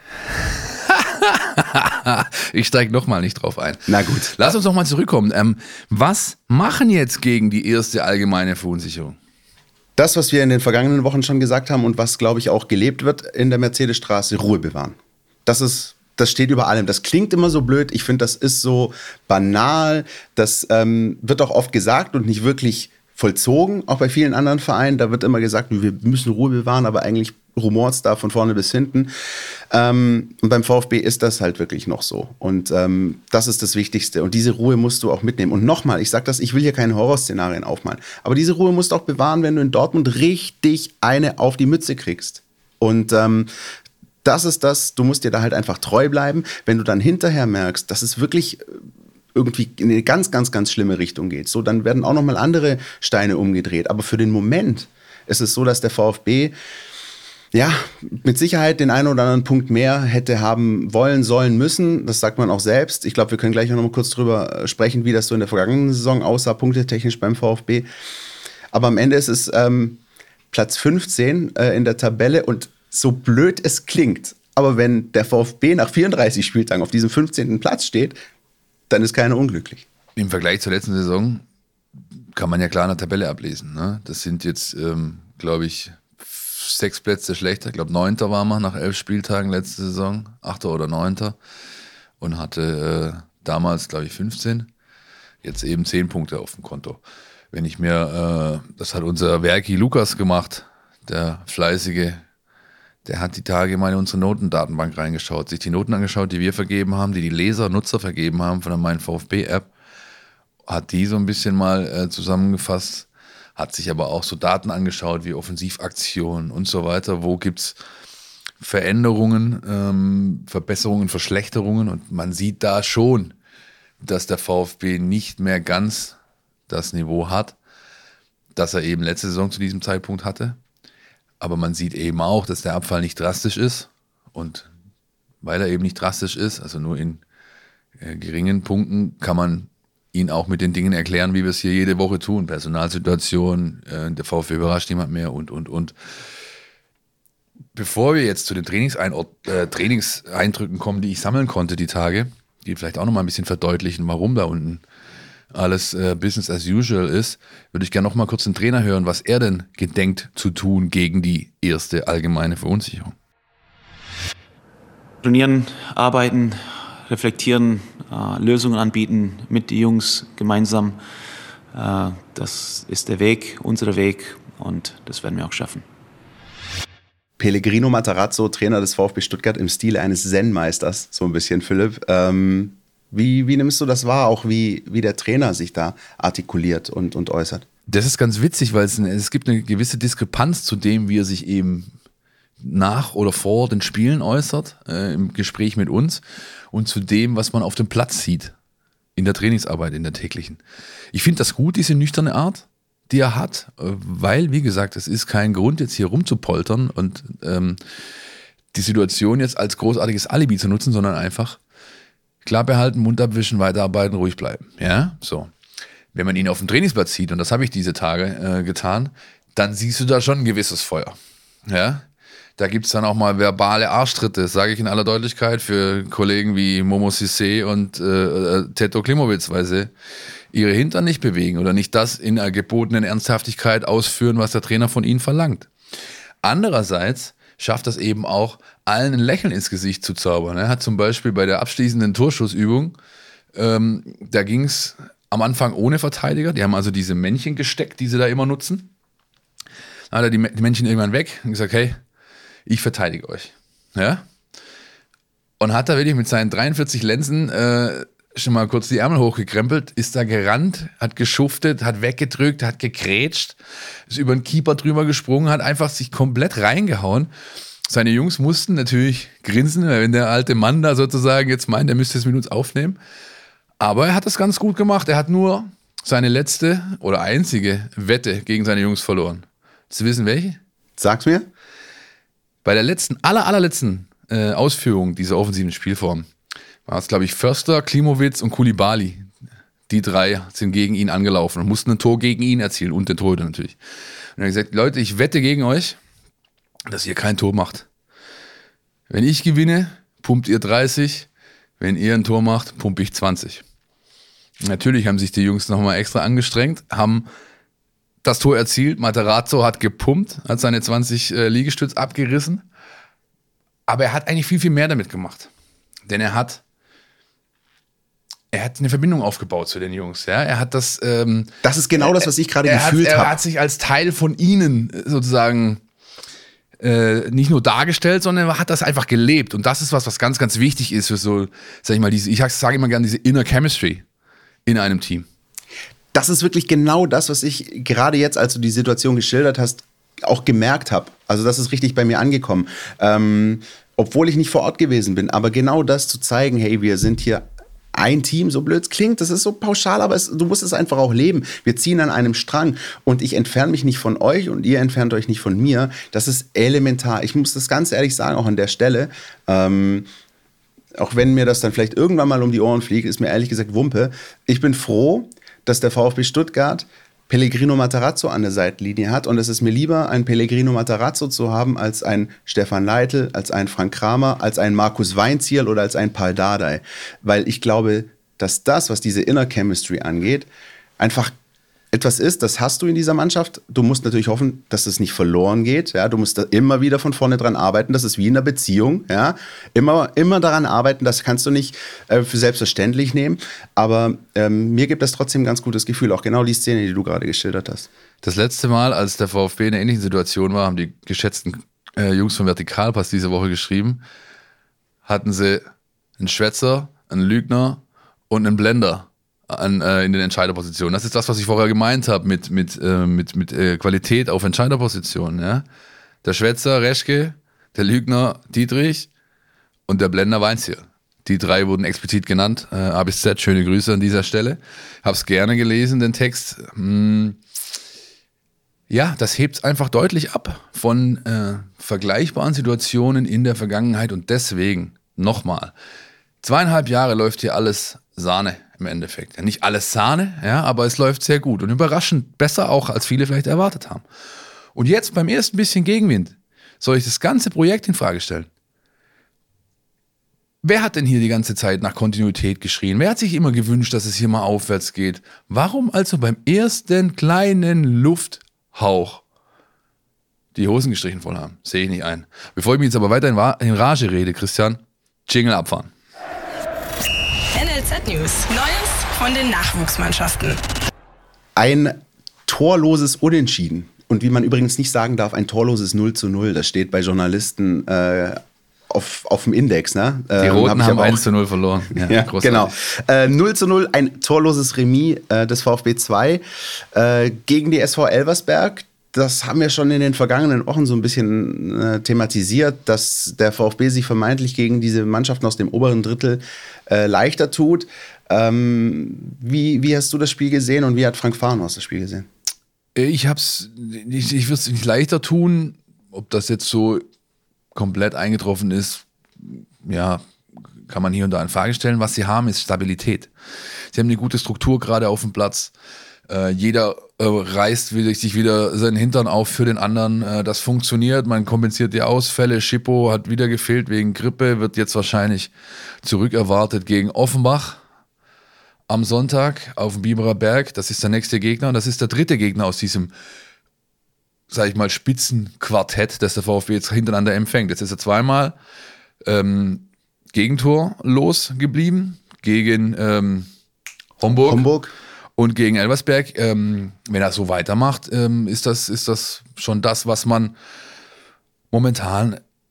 Ich steige nochmal nicht drauf ein. Na gut. Lass uns noch mal zurückkommen. Was machen jetzt gegen die erste allgemeine Verunsicherung? Das, was wir in den vergangenen Wochen schon gesagt haben und was, glaube ich, auch gelebt wird in der Mercedesstraße, Ruhe bewahren. Das steht über allem. Das klingt immer so blöd. Ich finde, das ist so banal. Das wird auch oft gesagt und nicht wirklich vollzogen, auch bei vielen anderen Vereinen. Da wird immer gesagt, wir müssen Ruhe bewahren, aber eigentlich rumort's da von vorne bis hinten. Und beim VfB ist das halt wirklich noch so. Und das ist das Wichtigste. Und diese Ruhe musst du auch mitnehmen. Und nochmal, ich sage das, ich will hier keine Horrorszenarien aufmalen. Aber diese Ruhe musst du auch bewahren, wenn du in Dortmund richtig eine auf die Mütze kriegst. Und das ist das, du musst dir da halt einfach treu bleiben. Wenn du dann hinterher merkst, dass es wirklich irgendwie in eine ganz, ganz, ganz schlimme Richtung geht, so, dann werden auch nochmal andere Steine umgedreht. Aber für den Moment ist es so, dass der VfB ja, mit Sicherheit den einen oder anderen Punkt mehr hätte haben wollen, sollen, müssen. Das sagt man auch selbst. Ich glaube, wir können gleich noch mal kurz drüber sprechen, wie das so in der vergangenen Saison aussah, punktetechnisch beim VfB. Aber am Ende ist es Platz 15 in der Tabelle und so blöd es klingt, aber wenn der VfB nach 34 Spieltagen auf diesem 15. Platz steht, dann ist keiner unglücklich. Im Vergleich zur letzten Saison kann man ja klar in der Tabelle ablesen. Ne? Das sind jetzt, glaube ich, 6 Plätze schlechter. Ich glaube, 9. war man nach 11 Spieltagen letzte Saison. 8. oder 9. Und hatte damals, glaube ich, 15. Jetzt eben 10 Punkte auf dem Konto. Wenn ich mir, das hat unser Werki Lukas gemacht, der Fleißige, der hat die Tage mal in unsere Notendatenbank reingeschaut, sich die Noten angeschaut, die wir vergeben haben, die Leser, Nutzer vergeben haben von der Mein VfB-App, hat die so ein bisschen mal zusammengefasst, hat sich aber auch so Daten angeschaut wie Offensivaktionen und so weiter. Wo gibt es Veränderungen, Verbesserungen, Verschlechterungen? Und man sieht da schon, dass der VfB nicht mehr ganz das Niveau hat, das er eben letzte Saison zu diesem Zeitpunkt hatte. Aber man sieht eben auch, dass der Abfall nicht drastisch ist. Und weil er eben nicht drastisch ist, also nur in geringen Punkten, kann man ihn auch mit den Dingen erklären, wie wir es hier jede Woche tun. Personalsituation, der VfB überrascht niemand mehr und. Bevor wir jetzt zu den Trainingseindrücken kommen, die ich sammeln konnte die Tage, die vielleicht auch noch mal ein bisschen verdeutlichen, warum da unten alles Business as usual ist, würde ich gerne noch mal kurz den Trainer hören, was er denn gedenkt zu tun gegen die erste allgemeine Verunsicherung. Trainieren, arbeiten, reflektieren, Lösungen anbieten mit den Jungs gemeinsam. Das ist der Weg, unser Weg und das werden wir auch schaffen. Pellegrino Matarazzo, Trainer des VfB Stuttgart im Stile eines Zen-Meisters, so ein bisschen, Philipp. Wie nimmst du das wahr, auch wie der Trainer sich da artikuliert und äußert? Das ist ganz witzig, weil es gibt eine gewisse Diskrepanz zu dem, wie er sich eben nach oder vor den Spielen äußert, im Gespräch mit uns, und zu dem, was man auf dem Platz sieht, in der Trainingsarbeit, in der täglichen. Ich finde das gut, diese nüchterne Art, die er hat, weil, wie gesagt, es ist kein Grund, jetzt hier rumzupoltern und die Situation jetzt als großartiges Alibi zu nutzen, sondern einfach klar behalten, Mund abwischen, weiterarbeiten, ruhig bleiben. Ja, so. Wenn man ihn auf dem Trainingsplatz sieht, und das habe ich diese Tage getan, dann siehst du da schon ein gewisses Feuer. Ja, da gibt es dann auch mal verbale Arschtritte, das sage ich in aller Deutlichkeit, für Kollegen wie Momo Sissé und Teto Klimowitz, weil sie ihre Hintern nicht bewegen oder nicht das in einer gebotenen Ernsthaftigkeit ausführen, was der Trainer von ihnen verlangt. Andererseits schafft das eben auch, allen ein Lächeln ins Gesicht zu zaubern. Er hat zum Beispiel bei der abschließenden Torschussübung, da ging es am Anfang ohne Verteidiger, die haben also diese Männchen gesteckt, die sie da immer nutzen. Dann hat er die Männchen irgendwann weg und gesagt, hey, ich verteidige euch. Ja? Und hat da wirklich mit seinen 43 Lenzen schon mal kurz die Ärmel hochgekrempelt, ist da gerannt, hat geschuftet, hat weggedrückt, hat gekrätscht, ist über den Keeper drüber gesprungen, hat einfach sich komplett reingehauen. Seine Jungs mussten natürlich grinsen, wenn der alte Mann da sozusagen jetzt meint, er müsste es mit uns aufnehmen. Aber er hat das ganz gut gemacht. Er hat nur seine letzte oder einzige Wette gegen seine Jungs verloren. Willst du wissen, welche? Sag's mir. Bei der letzten, allerletzten Ausführung dieser offensiven Spielform war es, glaube ich, Förster, Klimowitz und Koulibaly. Die drei sind gegen ihn angelaufen und mussten ein Tor gegen ihn erzielen und den Torhüter natürlich. Und er hat gesagt, Leute, ich wette gegen euch, dass ihr kein Tor macht. Wenn ich gewinne, pumpt ihr 30. Wenn ihr ein Tor macht, pumpe ich 20. Natürlich haben sich die Jungs nochmal extra angestrengt, haben das Tor erzielt. Materazzo hat gepumpt, hat seine 20 Liegestütz abgerissen. Aber er hat eigentlich viel, viel mehr damit gemacht. Denn er hat eine Verbindung aufgebaut zu den Jungs. Ja? Er hat das... das ist genau das, was ich gerade gefühlt habe. Er hat sich als Teil von ihnen sozusagen nicht nur dargestellt, sondern er hat das einfach gelebt. Und das ist was ganz, ganz wichtig ist für so, sag ich mal, ich sage immer gerne, diese Inner Chemistry in einem Team. Das ist wirklich genau das, was ich gerade jetzt, als du die Situation geschildert hast, auch gemerkt habe. Also das ist richtig bei mir angekommen. Obwohl ich nicht vor Ort gewesen bin. Aber genau das zu zeigen, hey, wir sind hier ein Team, so blöd es klingt, das ist so pauschal, aber du musst es einfach auch leben. Wir ziehen an einem Strang und ich entferne mich nicht von euch und ihr entfernt euch nicht von mir. Das ist elementar. Ich muss das ganz ehrlich sagen, auch an der Stelle. Auch wenn mir das dann vielleicht irgendwann mal um die Ohren fliegt, ist mir ehrlich gesagt Wumpe. Ich bin froh, dass der VfB Stuttgart Pellegrino Matarazzo an der Seitenlinie hat und es ist mir lieber, einen Pellegrino Matarazzo zu haben, als einen Stefan Leitl, als einen Frank Kramer, als einen Markus Weinzierl oder als einen Paul Dardai. Weil ich glaube, dass das, was diese Inner Chemistry angeht, einfach etwas ist, das hast du in dieser Mannschaft. Du musst natürlich hoffen, dass es nicht verloren geht. Ja? Du musst da immer wieder von vorne dran arbeiten. Das ist wie in einer Beziehung. Ja? Immer daran arbeiten. Das kannst du nicht für selbstverständlich nehmen. Aber mir gibt das trotzdem ein ganz gutes Gefühl. Auch genau die Szene, die du gerade geschildert hast. Das letzte Mal, als der VfB in einer ähnlichen Situation war, haben die geschätzten Jungs von Vertikalpass diese Woche geschrieben, hatten sie einen Schwätzer, einen Lügner und einen Blender in den Entscheiderpositionen. Das ist das, was ich vorher gemeint habe mit Qualität auf Entscheiderpositionen. Ja? Der Schwätzer, Reschke, der Lügner, Dietrich und der Blender, Weinzierl. Die drei wurden explizit genannt. A bis Z, schöne Grüße an dieser Stelle. Hab's gerne gelesen, den Text. Ja, das hebt einfach deutlich ab von vergleichbaren Situationen in der Vergangenheit und deswegen, nochmal, 2,5 Jahre läuft hier alles Sahne im Endeffekt. Ja, nicht alles Sahne, ja, aber es läuft sehr gut und überraschend besser auch, als viele vielleicht erwartet haben. Und jetzt beim ersten bisschen Gegenwind soll ich das ganze Projekt in Frage stellen. Wer hat denn hier die ganze Zeit nach Kontinuität geschrien? Wer hat sich immer gewünscht, dass es hier mal aufwärts geht? Warum also beim ersten kleinen Lufthauch die Hosen gestrichen voll haben? Sehe ich nicht ein. Bevor ich mich jetzt aber weiter in Rage rede, Christian, Jingle abfahren. NLZ News. Neues von den Nachwuchsmannschaften. Ein torloses Unentschieden. Und wie man übrigens nicht sagen darf, ein torloses 0:0. Das steht bei Journalisten auf dem Index. Ne? Die Roten haben 1:0 verloren. Ja, genau. 0:0, ein torloses Remis des VfB 2 gegen die SV Elversberg. Das haben wir schon in den vergangenen Wochen so ein bisschen thematisiert, dass der VfB sich vermeintlich gegen diese Mannschaften aus dem oberen Drittel leichter tut. Wie hast du das Spiel gesehen und wie hat Frank Fahrenhaus das Spiel gesehen? Ich würde es nicht leichter tun. Ob das jetzt so komplett eingetroffen ist, ja, kann man hier und da in Frage stellen. Was sie haben, ist Stabilität. Sie haben eine gute Struktur gerade auf dem Platz. Jeder reißt sich wieder seinen Hintern auf für den anderen. Das funktioniert, man kompensiert die Ausfälle. Schippo hat wieder gefehlt wegen Grippe, wird jetzt wahrscheinlich zurückerwartet gegen Offenbach am Sonntag auf dem Biberer Berg. Das ist der nächste Gegner und das ist der dritte Gegner aus diesem, sag ich mal, Spitzenquartett, das der VfB jetzt hintereinander empfängt. Jetzt ist er zweimal Gegentor losgeblieben gegen Homburg. Und gegen Elversberg, wenn er so weitermacht, ist das schon das, was man momentan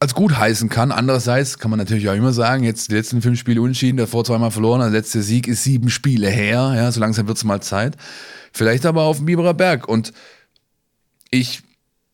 als gut heißen kann. Andererseits kann man natürlich auch immer sagen, jetzt die letzten 5 Spiele unentschieden, davor 2-mal verloren, der letzte Sieg ist 7 Spiele her, ja, so langsam wird es mal Zeit. Vielleicht aber auf dem Biberer Berg. Und ich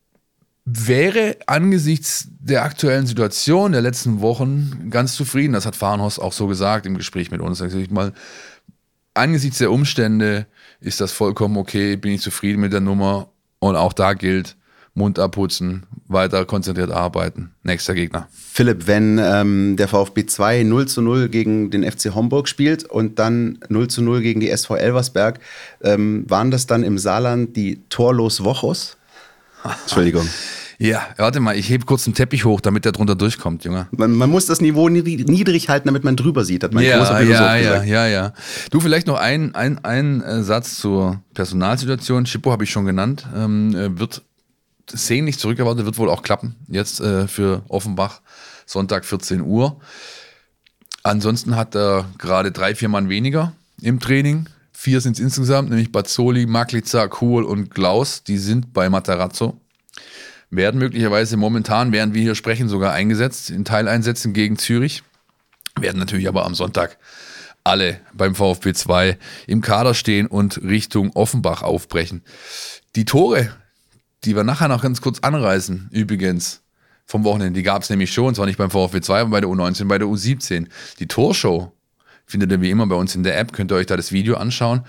wäre angesichts der aktuellen Situation der letzten Wochen ganz zufrieden. Das hat Fahrenhorst auch so gesagt im Gespräch mit uns. Ich mal, angesichts der Umstände ist das vollkommen okay, bin ich zufrieden mit der Nummer. Und auch da gilt, Mund abputzen, weiter konzentriert arbeiten. Nächster Gegner. Philipp, wenn der VfB 2 0:0 gegen den FC Homburg spielt und dann 0:0 gegen die SV Elversberg, waren das dann im Saarland die Torlos-Wochos? Entschuldigung. Ja, warte mal, ich hebe kurz einen Teppich hoch, damit der drunter durchkommt, Junge. Man muss das Niveau niedrig halten, damit man drüber sieht, hat mein großer Philosoph gesagt. Ja. Du, vielleicht noch ein Satz zur Personalsituation. Schippo habe ich schon genannt, wird sehnlich zurückerwartet, wird wohl auch klappen, jetzt für Offenbach, Sonntag 14 Uhr. Ansonsten hat er gerade 3-4 Mann weniger im Training. 4 sind es insgesamt, nämlich Bazzoli, Maklica, Kuhl und Klaus, die sind bei Matarazzo. Werden möglicherweise momentan, während wir hier sprechen, sogar eingesetzt, in Teileinsätzen gegen Zürich. Werden natürlich aber am Sonntag alle beim VfB 2 im Kader stehen und Richtung Offenbach aufbrechen. Die Tore, die wir nachher noch ganz kurz anreißen, übrigens vom Wochenende, die gab es nämlich schon, zwar nicht beim VfB 2, aber bei der U19, bei der U17. Die Torshow findet ihr wie immer bei uns in der App, könnt ihr euch da das Video anschauen.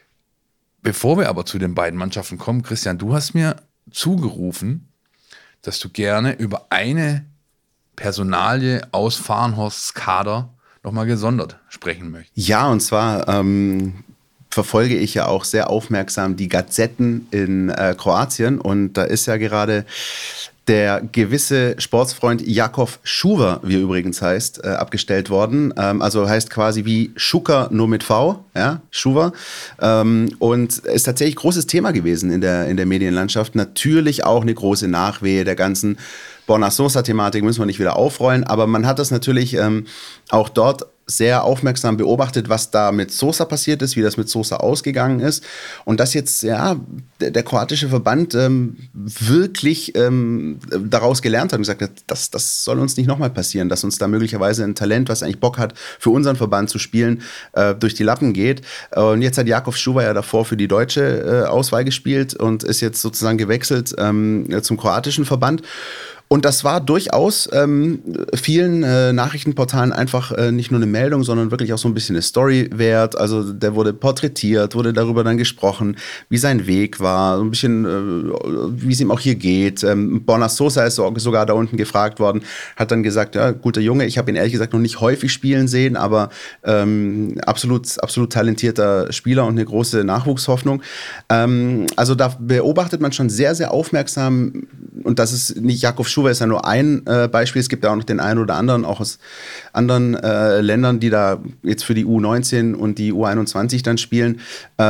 Bevor wir aber zu den beiden Mannschaften kommen, Christian, du hast mir zugerufen, dass du gerne über eine Personalie aus Fahrenhorsts Kader nochmal gesondert sprechen möchtest. Ja, und zwar verfolge ich ja auch sehr aufmerksam die Gazetten in Kroatien und da ist ja gerade der gewisse Sportsfreund Jakov Šuver, wie er übrigens heißt, abgestellt worden. Also heißt quasi wie Schuker, nur mit V, ja, Šuver. Und ist tatsächlich großes Thema gewesen in der Medienlandschaft. Natürlich auch eine große Nachwehe der ganzen Borna Sosa-Thematik, müssen wir nicht wieder aufrollen. Aber man hat das natürlich auch dort sehr aufmerksam beobachtet, was da mit Sosa passiert ist, wie das mit Sosa ausgegangen ist. Und dass jetzt ja der kroatische Verband wirklich daraus gelernt hat und gesagt hat, das soll uns nicht nochmal passieren, dass uns da möglicherweise ein Talent, was eigentlich Bock hat, für unseren Verband zu spielen, durch die Lappen geht. Und jetzt hat Jakov Šuver ja davor für die deutsche Auswahl gespielt und ist jetzt sozusagen gewechselt zum kroatischen Verband. Und das war durchaus vielen Nachrichtenportalen einfach nicht nur eine Meldung, sondern wirklich auch so ein bisschen eine Story wert. Also der wurde porträtiert, wurde darüber dann gesprochen, wie sein Weg war, so ein bisschen, wie es ihm auch hier geht. Borna Sosa ist sogar da unten gefragt worden, hat dann gesagt, ja, guter Junge, ich habe ihn ehrlich gesagt noch nicht häufig spielen sehen, aber absolut talentierter Spieler und eine große Nachwuchshoffnung. Also da beobachtet man schon sehr, sehr aufmerksam, und das ist nicht Jakov Šuver ist ja nur ein Beispiel, es gibt ja auch noch den einen oder anderen, auch aus anderen Ländern, die da jetzt für die U19 und die U21 dann spielen.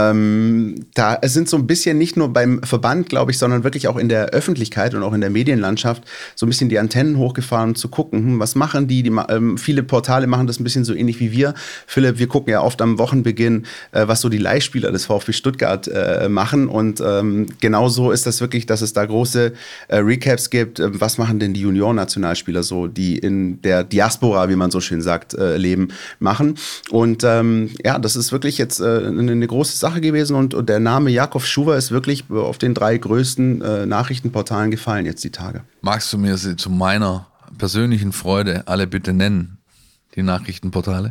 Da sind so ein bisschen nicht nur beim Verband, glaube ich, sondern wirklich auch in der Öffentlichkeit und auch in der Medienlandschaft so ein bisschen die Antennen hochgefahren, um zu gucken, was machen die? Viele Portale machen das ein bisschen so ähnlich wie wir. Philipp, wir gucken ja oft am Wochenbeginn, was so die Leihspieler des VfB Stuttgart machen, und genauso ist das wirklich, dass es da große Recaps gibt, was machen denn die Junioren-Nationalspieler so, die in der Diaspora, wie man so schön sagt, leben, machen. Und ja, das ist wirklich jetzt eine große Sache gewesen, und der Name Jakov Šuver ist wirklich auf den 3 größten Nachrichtenportalen gefallen jetzt die Tage. Magst du mir sie zu meiner persönlichen Freude alle bitte nennen, die Nachrichtenportale?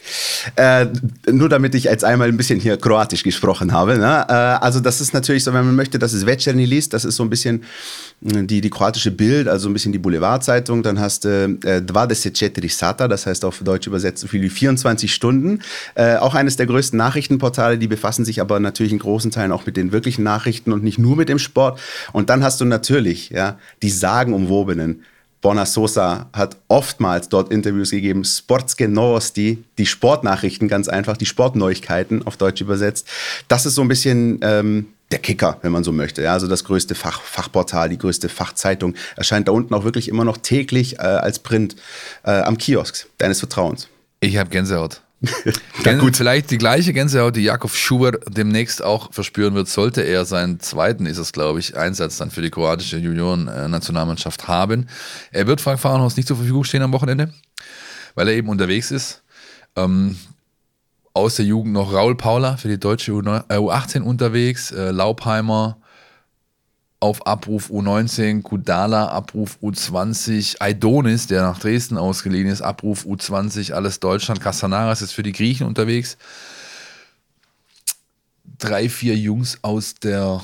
Nur damit ich jetzt einmal ein bisschen hier kroatisch gesprochen habe. Ne? Also das ist natürlich so, wenn man möchte, das ist Večernji List, das ist so ein bisschen die kroatische Bild, also ein bisschen die Boulevardzeitung. Dann hast du 24 Sata, das heißt auf Deutsch übersetzt so viel wie 24 Stunden. Auch eines der größten Nachrichtenportale, die befassen sich aber natürlich in großen Teilen auch mit den wirklichen Nachrichten und nicht nur mit dem Sport. Und dann hast du natürlich die sagenumwobenen Borna Sosa hat oftmals dort Interviews gegeben, Sportske Novosti, die Sportnachrichten, ganz einfach, die Sportneuigkeiten auf Deutsch übersetzt. Das ist so ein bisschen der Kicker, wenn man so möchte. Ja, also das größte Fachportal, die größte Fachzeitung erscheint da unten auch wirklich immer noch täglich als Print am Kiosk deines Vertrauens. Ich habe Gänsehaut. Gut. Vielleicht die gleiche Gänsehaut, die Jakov Schubert demnächst auch verspüren wird, sollte er seinen zweiten, ist es glaube ich, Einsatz dann für die kroatische Junioren-Nationalmannschaft haben. Er wird Frank Fahrenhaus nicht zur Verfügung stehen am Wochenende, weil er eben unterwegs ist. Aus der Jugend noch Raul Paula für die deutsche U18 unterwegs, Laupheimer auf Abruf U19, Kudala, Abruf U20, Aidonis, der nach Dresden ausgeliehen ist, Abruf U20, alles Deutschland, Castanaras ist für die Griechen unterwegs. 3-4 Jungs aus der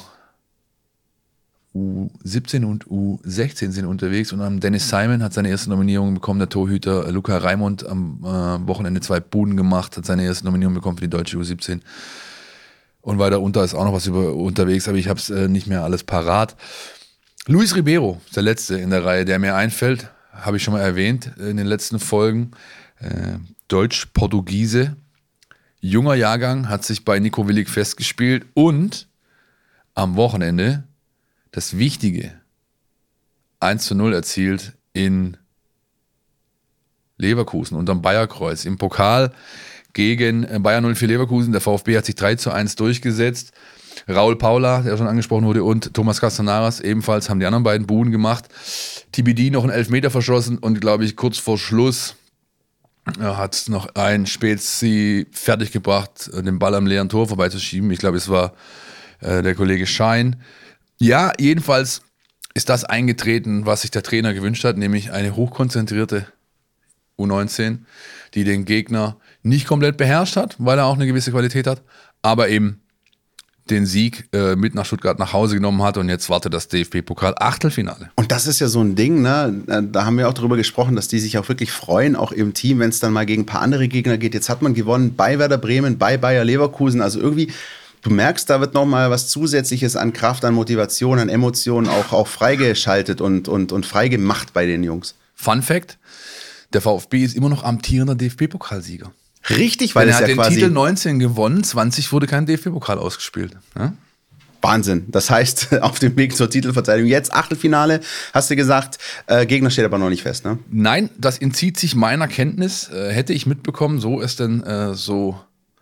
U17 und U16 sind unterwegs und dann Dennis Simon hat seine erste Nominierung bekommen, der Torhüter Luca Raimund am Wochenende 2 Buden gemacht, hat seine erste Nominierung bekommen für die deutsche U17. Und weiter unter ist auch noch was unterwegs, aber ich habe es nicht mehr alles parat. Luis Ribeiro ist der Letzte in der Reihe, der mir einfällt, habe ich schon mal erwähnt in den letzten Folgen. Deutsch-Portugiese, junger Jahrgang, hat sich bei Nico Willig festgespielt und am Wochenende das Wichtige 1:0 erzielt in Leverkusen unterm Bayerkreuz im Pokal gegen Bayer 04 Leverkusen. Der VfB hat sich 3:1 durchgesetzt. Raul Paula, der schon angesprochen wurde, und Thomas Castanaras ebenfalls haben die anderen beiden Buden gemacht. TBD noch einen Elfmeter verschossen und, glaube ich, kurz vor Schluss hat noch ein Spezi fertiggebracht, den Ball am leeren Tor vorbeizuschieben. Ich glaube, es war der Kollege Schein. Ja, jedenfalls ist das eingetreten, was sich der Trainer gewünscht hat, nämlich eine hochkonzentrierte U19, die den Gegner nicht komplett beherrscht hat, weil er auch eine gewisse Qualität hat, aber eben den Sieg mit nach Stuttgart nach Hause genommen hat und jetzt wartet das DFB-Pokal-Achtelfinale. Und das ist ja so ein Ding, ne? Da haben wir auch drüber gesprochen, dass die sich auch wirklich freuen, auch im Team, wenn es dann mal gegen ein paar andere Gegner geht. Jetzt hat man gewonnen bei Werder Bremen, bei Bayer Leverkusen, also irgendwie, du merkst, da wird nochmal was Zusätzliches an Kraft, an Motivation, an Emotionen auch freigeschaltet und freigemacht bei den Jungs. Fun Fact, der VfB ist immer noch amtierender DFB-Pokalsieger. Richtig, weil er hat den Titel 19 gewonnen, 20 wurde kein DFB-Pokal ausgespielt. Ja? Wahnsinn. Das heißt, auf dem Weg zur Titelverteidigung jetzt Achtelfinale, hast du gesagt, Gegner steht aber noch nicht fest, ne? Nein, das entzieht sich meiner Kenntnis. Hätte ich mitbekommen, so es denn so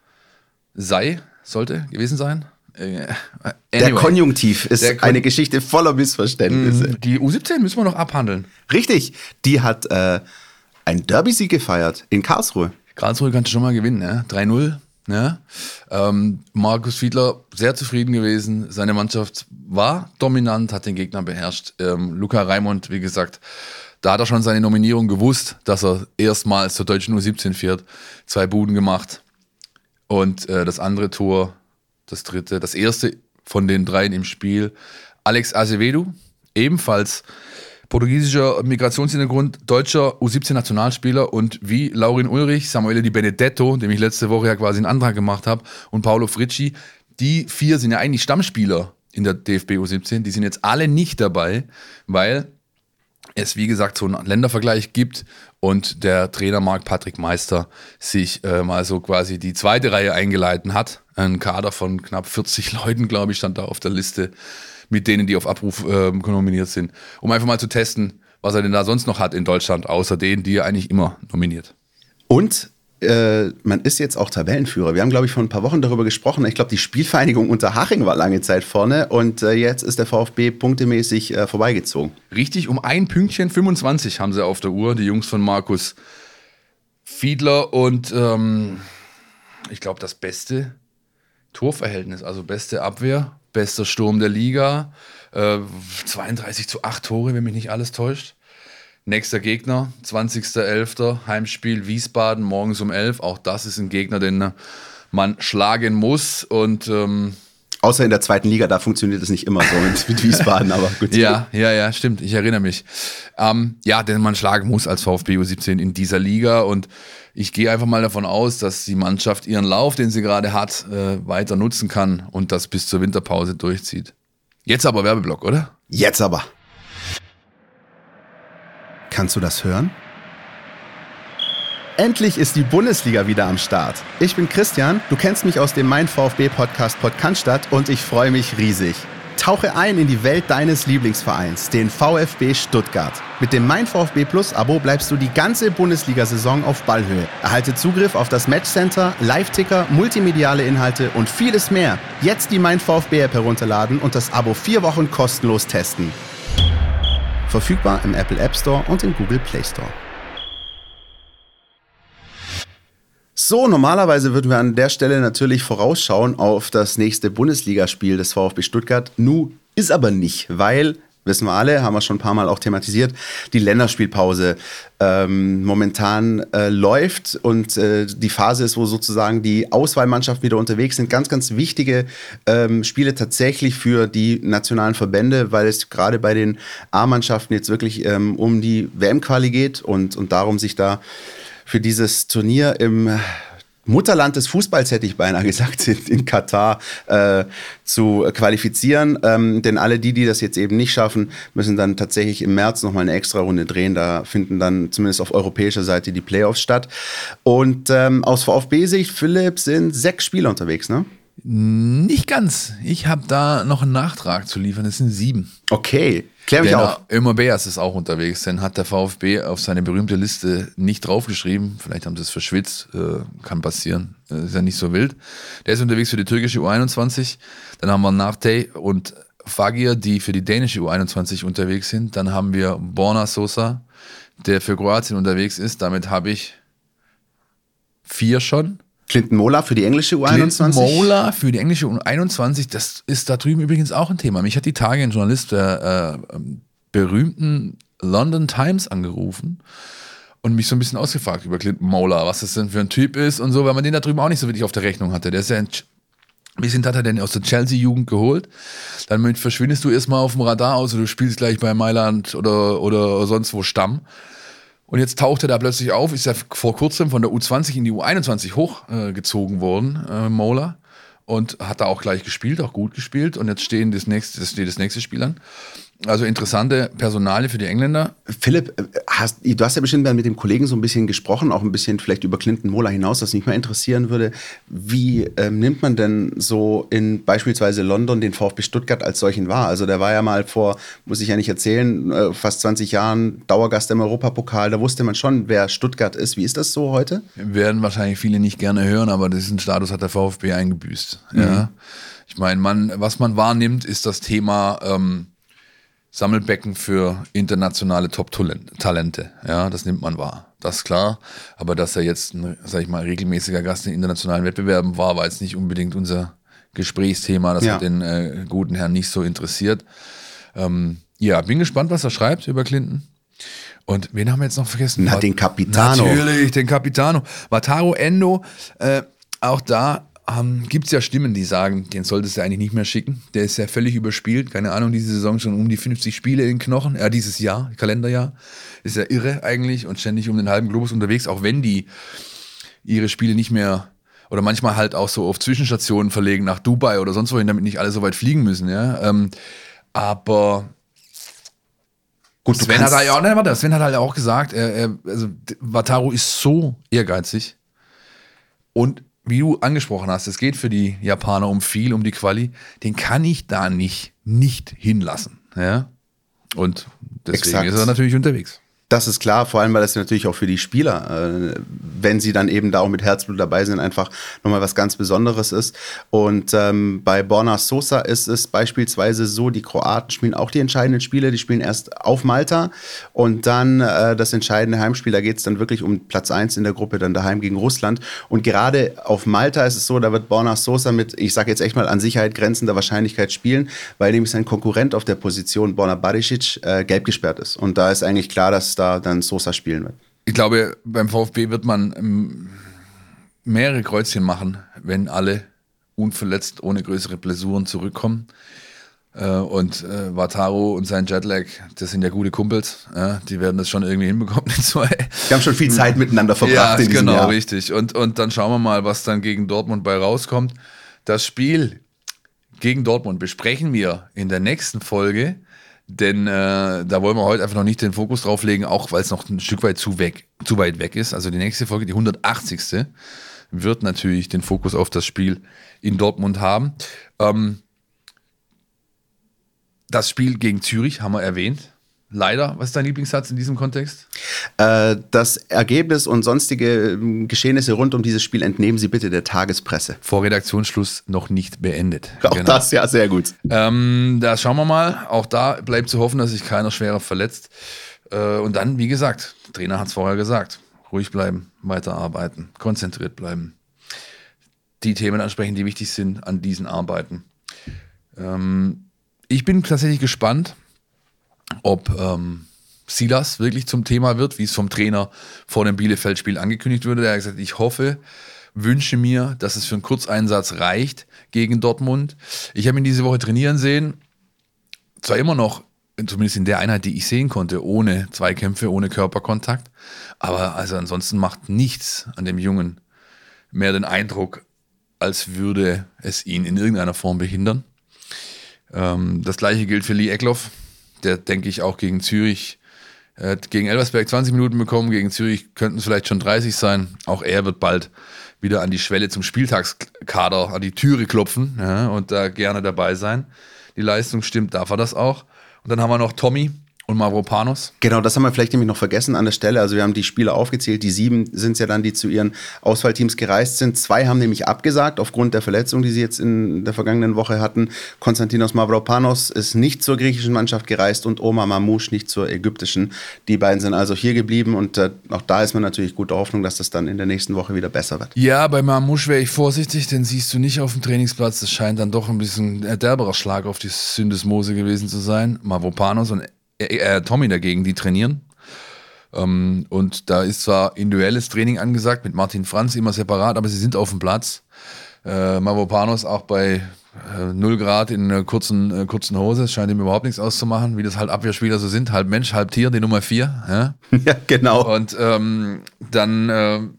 sollte gewesen sein. Anyway. Der Konjunktiv ist eine Geschichte voller Missverständnisse. Die U17 müssen wir noch abhandeln. Richtig, die hat einen Derby-Sieg gefeiert in Karlsruhe. Karlsruhe kannst du schon mal gewinnen, ne? 3-0. Ne? Markus Fiedler sehr zufrieden gewesen. Seine Mannschaft war dominant, hat den Gegner beherrscht. Luca Raimund, wie gesagt, da hat er schon seine Nominierung gewusst, dass er erstmals zur deutschen U17 fährt. 2 Buden gemacht. Und das andere Tor, das dritte, das erste von den 3 im Spiel. Alex Azevedo, ebenfalls portugiesischer Migrationshintergrund, deutscher U17-Nationalspieler und wie Laurin Ulrich, Samuele Di Benedetto, dem ich letzte Woche ja quasi einen Antrag gemacht habe, und Paolo Fritschi, die 4 sind ja eigentlich Stammspieler in der DFB U17, die sind jetzt alle nicht dabei, weil es, wie gesagt, so einen Ländervergleich gibt und der Trainer Marc-Patrick Meister sich mal so quasi die zweite Reihe eingeleitet hat. Ein Kader von knapp 40 Leuten, glaube ich, stand da auf der Liste, mit denen, die auf Abruf nominiert sind, um einfach mal zu testen, was er denn da sonst noch hat in Deutschland, außer denen, die er eigentlich immer nominiert. Und man ist jetzt auch Tabellenführer. Wir haben, glaube ich, vor ein paar Wochen darüber gesprochen. Ich glaube, die Spielvereinigung Unterhaching war lange Zeit vorne und jetzt ist der VfB punktemäßig vorbeigezogen. Richtig, um ein Pünktchen 25 haben sie auf der Uhr, die Jungs von Markus Fiedler und ich glaube, das beste Torverhältnis, also beste Abwehr, bester Sturm der Liga, 32:8 Tore, wenn mich nicht alles täuscht. Nächster Gegner, 20.11. Heimspiel Wiesbaden, morgens um 11. Auch das ist ein Gegner, den man schlagen muss. Und außer in der zweiten Liga, da funktioniert es nicht immer so mit Wiesbaden, aber gut. Ja, stimmt, ich erinnere mich. Den man schlagen muss als VfB U17 in dieser Liga. Und ich gehe einfach mal davon aus, dass die Mannschaft ihren Lauf, den sie gerade hat, weiter nutzen kann und das bis zur Winterpause durchzieht. Jetzt aber Werbeblock, oder? Jetzt aber. Kannst du das hören? Endlich ist die Bundesliga wieder am Start. Ich bin Christian, du kennst mich aus dem Mein VfB Podcast Podcaststadt und ich freue mich riesig. Tauche ein in die Welt deines Lieblingsvereins, den VfB Stuttgart. Mit dem Mein VfB Plus Abo bleibst du die ganze Bundesliga-Saison auf Ballhöhe. Erhalte Zugriff auf das Matchcenter, Live-Ticker, multimediale Inhalte und vieles mehr. Jetzt die Mein VfB App herunterladen und das Abo 4 Wochen kostenlos testen. Verfügbar im Apple App Store und im Google Play Store. So, normalerweise würden wir an der Stelle natürlich vorausschauen auf das nächste Bundesligaspiel des VfB Stuttgart. Nu ist aber nicht, weil, wissen wir alle, haben wir schon ein paar Mal auch thematisiert, die Länderspielpause momentan läuft und die Phase ist, wo sozusagen die Auswahlmannschaften wieder unterwegs sind. Ganz, ganz wichtige Spiele tatsächlich für die nationalen Verbände, weil es gerade bei den A-Mannschaften jetzt wirklich um die WM-Quali geht und darum sich da für dieses Turnier im Mutterland des Fußballs, hätte ich beinahe gesagt, in Katar zu qualifizieren. Denn alle die das jetzt eben nicht schaffen, müssen dann tatsächlich im März nochmal eine extra Runde drehen. Da finden dann zumindest auf europäischer Seite die Playoffs statt. Und aus VfB-Sicht, Philipp, sind 6 Spieler unterwegs, ne? Nicht ganz. Ich habe da noch einen Nachtrag zu liefern. Es sind 7. Okay, klär mich auf. Ömer Beas ist auch unterwegs. Den hat der VfB auf seine berühmte Liste nicht draufgeschrieben. Vielleicht haben sie es verschwitzt. Kann passieren. Ist ja nicht so wild. Der ist unterwegs für die türkische U21. Dann haben wir Nartey und Fagir, die für die dänische U21 unterwegs sind. Dann haben wir Borna Sosa, der für Kroatien unterwegs ist. Damit habe ich 4 schon. Clinton Mola für die englische U21. Clinton Mola für die englische U21, das ist da drüben übrigens auch ein Thema. Mich hat die Tage ein Journalist der berühmten London Times angerufen und mich so ein bisschen ausgefragt über Clinton Mola, was das denn für ein Typ ist und so, weil man den da drüben auch nicht so wirklich auf der Rechnung hatte. Der ist ja wie sind hat er denn aus der Chelsea-Jugend geholt? Dann verschwindest du erstmal auf dem Radar aus und du spielst gleich bei Mailand oder sonst wo Stamm. Und jetzt taucht er da plötzlich auf, ist ja vor kurzem von der U20 in die U21 hochgezogen worden, Mola. Und hat da auch gleich gespielt, auch gut gespielt. Und jetzt steht das nächste Spiel an. Also interessante Personalie für die Engländer. Philipp, du hast ja bestimmt mit dem Kollegen so ein bisschen gesprochen, auch ein bisschen vielleicht über Clinton Mola hinaus, was mich mal interessieren würde. Wie nimmt man denn so in beispielsweise London den VfB Stuttgart als solchen wahr? Also der war ja mal vor, muss ich ja nicht erzählen, fast 20 Jahren Dauergast im Europapokal. Da wusste man schon, wer Stuttgart ist. Wie ist das so heute? Werden wahrscheinlich viele nicht gerne hören, aber diesen Status hat der VfB eingebüßt. Mhm. Ja. Ich meine, was man wahrnimmt, ist das Thema Sammelbecken für internationale Top-Talente. Ja, das nimmt man wahr. Das ist klar. Aber dass er jetzt ein, sag ich mal, regelmäßiger Gast in internationalen Wettbewerben war jetzt nicht unbedingt unser Gesprächsthema. Das hat den guten Herrn nicht so interessiert. Bin gespannt, was er schreibt über Clinton. Und wen haben wir jetzt noch vergessen? Den Capitano. Natürlich, den Capitano. Wataru Endo, auch da gibt es ja Stimmen, die sagen, den solltest du eigentlich nicht mehr schicken. Der ist ja völlig überspielt. Keine Ahnung, diese Saison schon um die 50 Spiele in den Knochen. Dieses Jahr, Kalenderjahr. Ist ja irre eigentlich und ständig um den halben Globus unterwegs, auch wenn die ihre Spiele nicht mehr oder manchmal halt auch so auf Zwischenstationen verlegen nach Dubai oder sonst wohin, damit nicht alle so weit fliegen müssen. Ja? Aber gut, Sven hat halt auch gesagt, also Wataru ist so ehrgeizig und wie du angesprochen hast, es geht für die Japaner um die Quali, den kann ich da nicht hinlassen. Ja? Und deswegen ist er natürlich unterwegs. Das ist klar, vor allem, weil das natürlich auch für die Spieler, wenn sie dann eben da auch mit Herzblut dabei sind, einfach nochmal was ganz Besonderes ist. Und bei Borna Sosa ist es beispielsweise so, die Kroaten spielen auch die entscheidenden Spiele, die spielen erst auf Malta und dann das entscheidende Heimspiel, da geht es dann wirklich um Platz 1 in der Gruppe, dann daheim gegen Russland. Und gerade auf Malta ist es so, da wird Borna Sosa mit, ich sage jetzt echt mal, an Sicherheit grenzender Wahrscheinlichkeit spielen, weil nämlich sein Konkurrent auf der Position, Borna Barisic, gelb gesperrt ist. Und da ist eigentlich klar, dass da dann Sosa spielen wird. Ich glaube, beim VfB wird man mehrere Kreuzchen machen, wenn alle unverletzt, ohne größere Blessuren zurückkommen. Und Wataru und sein Jetlag, das sind ja gute Kumpels. Die werden das schon irgendwie hinbekommen, die zwei. Die haben schon viel Zeit miteinander verbracht in diesem Jahr. Genau, richtig. Und dann schauen wir mal, was dann gegen Dortmund bei rauskommt. Das Spiel gegen Dortmund besprechen wir in der nächsten Folge. Denn da wollen wir heute einfach noch nicht den Fokus drauf legen, auch weil es noch ein Stück weit zu weit weg ist. Also die nächste Folge, die 180. wird natürlich den Fokus auf das Spiel in Dortmund haben. Das Spiel gegen Zürich haben wir erwähnt. Leider, was ist dein Lieblingssatz in diesem Kontext? Das Ergebnis und sonstige Geschehnisse rund um dieses Spiel entnehmen Sie bitte der Tagespresse. Vor Redaktionsschluss noch nicht beendet. Auch genau. Das, ja, sehr gut. Da schauen wir mal. Auch da bleibt zu hoffen, dass sich keiner schwerer verletzt. Und dann, wie gesagt, der Trainer hat es vorher gesagt, ruhig bleiben, weiterarbeiten, konzentriert bleiben. Die Themen ansprechen, die wichtig sind an diesen Arbeiten. Ich bin tatsächlich gespannt, ob Silas wirklich zum Thema wird, wie es vom Trainer vor dem Bielefeld-Spiel angekündigt wurde. Er hat gesagt, ich wünsche mir, dass es für einen Kurzeinsatz reicht gegen Dortmund. Ich habe ihn diese Woche trainieren sehen, zwar immer noch, zumindest in der Einheit, die ich sehen konnte, ohne Zweikämpfe, ohne Körperkontakt, aber also ansonsten macht nichts an dem Jungen mehr den Eindruck, als würde es ihn in irgendeiner Form behindern. Das gleiche gilt für Lee Eckloff, der, denke ich, auch gegen Zürich, gegen Elversberg 20 Minuten bekommen, gegen Zürich könnten es vielleicht schon 30 sein. Auch er wird bald wieder an die Schwelle zum Spieltagskader, an die Türe klopfen, ja, und da gerne dabei sein. Die Leistung stimmt, darf er das auch. Und dann haben wir noch Tommy und Mavropanos. Genau, das haben wir vielleicht nämlich noch vergessen an der Stelle. Also wir haben die Spieler aufgezählt, die 7 sind es ja dann, die zu ihren Auswahlteams gereist sind. 2 haben nämlich abgesagt aufgrund der Verletzung, die sie jetzt in der vergangenen Woche hatten. Konstantinos Mavropanos ist nicht zur griechischen Mannschaft gereist und Omar Mamouche nicht zur ägyptischen. Die beiden sind also hier geblieben und auch da ist man natürlich guter Hoffnung, dass das dann in der nächsten Woche wieder besser wird. Ja, bei Mamouche wäre ich vorsichtig, den siehst du nicht auf dem Trainingsplatz. Das scheint dann doch ein bisschen ein derberer Schlag auf die Syndesmose gewesen zu sein. Mavropanos und Tommy dagegen, die trainieren. Und da ist zwar individuelles Training angesagt, mit Martin Franz immer separat, aber sie sind auf dem Platz. Mavropanos auch bei 0 Grad in einer kurzen Hose, es scheint ihm überhaupt nichts auszumachen, wie das halt Abwehrspieler so sind, halb Mensch, halb Tier, die Nummer 4. Ja, ja, genau. Und dann,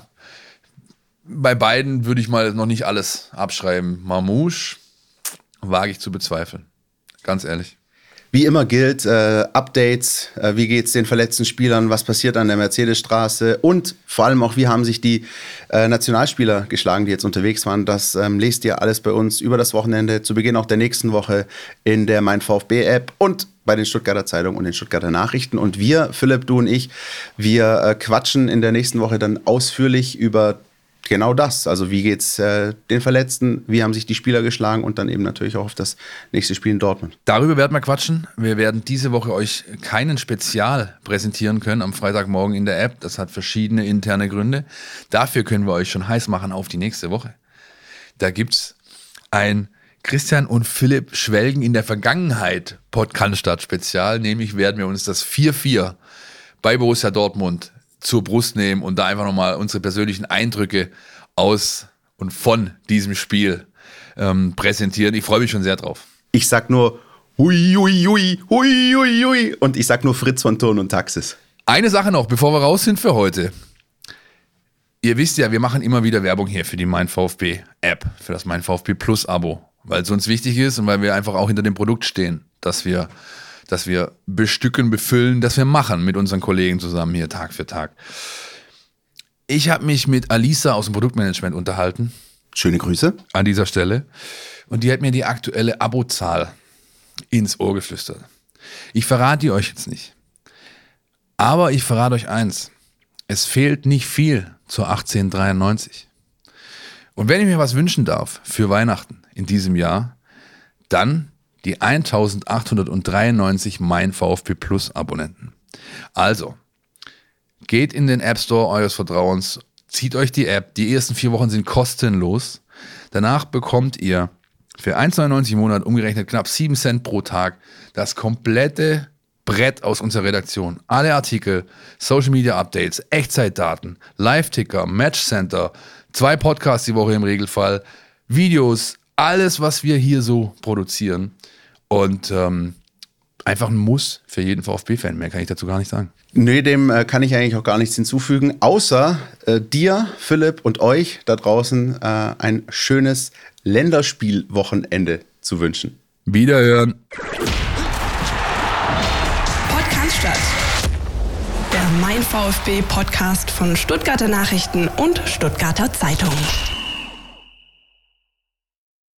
bei beiden würde ich mal noch nicht alles abschreiben. Mamouche wage ich zu bezweifeln, ganz ehrlich. Wie immer gilt, Updates, wie geht es den verletzten Spielern, was passiert an der Mercedesstraße und vor allem auch, wie haben sich die Nationalspieler geschlagen, die jetzt unterwegs waren. Das lest ihr alles bei uns über das Wochenende, zu Beginn auch der nächsten Woche in der Mein VfB-App und bei den Stuttgarter Zeitungen und den Stuttgarter Nachrichten. Und wir, Philipp, du und ich, wir quatschen in der nächsten Woche dann ausführlich über genau das. Also wie geht's den Verletzten, wie haben sich die Spieler geschlagen und dann eben natürlich auch auf das nächste Spiel in Dortmund. Darüber werden wir quatschen. Wir werden diese Woche euch keinen Spezial präsentieren können am Freitagmorgen in der App. Das hat verschiedene interne Gründe. Dafür können wir euch schon heiß machen auf die nächste Woche. Da gibt's ein Christian und Philipp schwelgen in der Vergangenheit Podcast-Spezial. Nämlich werden wir uns das 4-4 bei Borussia Dortmund zur Brust nehmen und da einfach nochmal unsere persönlichen Eindrücke aus und von diesem Spiel präsentieren. Ich freue mich schon sehr drauf. Ich sag nur hui, hui, hui, hui, hui, hui. Und ich sag nur Fritz von Turn und Taxis. Eine Sache noch, bevor wir raus sind für heute. Ihr wisst ja, wir machen immer wieder Werbung hier für die Mein VfB App, für das Mein VfB Plus Abo, weil es uns wichtig ist und weil wir einfach auch hinter dem Produkt stehen, dass wir bestücken, befüllen, dass wir machen mit unseren Kollegen zusammen hier Tag für Tag. Ich habe mich mit Alisa aus dem Produktmanagement unterhalten. Schöne Grüße. An dieser Stelle. Und die hat mir die aktuelle Abozahl ins Ohr geflüstert. Ich verrate die euch jetzt nicht. Aber ich verrate euch eins. Es fehlt nicht viel zur 1893. Und wenn ich mir was wünschen darf für Weihnachten in diesem Jahr, dann die 1893 Mein VfB Plus Abonnenten. Also, geht in den App Store eures Vertrauens, zieht euch die App, die ersten 4 Wochen sind kostenlos. Danach bekommt ihr für 1,99 im Monat umgerechnet knapp 7 Cent pro Tag das komplette Brett aus unserer Redaktion. Alle Artikel, Social Media Updates, Echtzeitdaten, Live-Ticker, Matchcenter, 2 Podcasts die Woche im Regelfall, Videos, alles, was wir hier so produzieren. Und einfach ein Muss für jeden VfB-Fan. Mehr kann ich dazu gar nicht sagen. Nee, dem kann ich eigentlich auch gar nichts hinzufügen, außer dir, Philipp, und euch da draußen ein schönes Länderspielwochenende zu wünschen. Wiederhören. Podcast. Der Mein VfB Podcast von Stuttgarter Nachrichten und Stuttgarter Zeitung.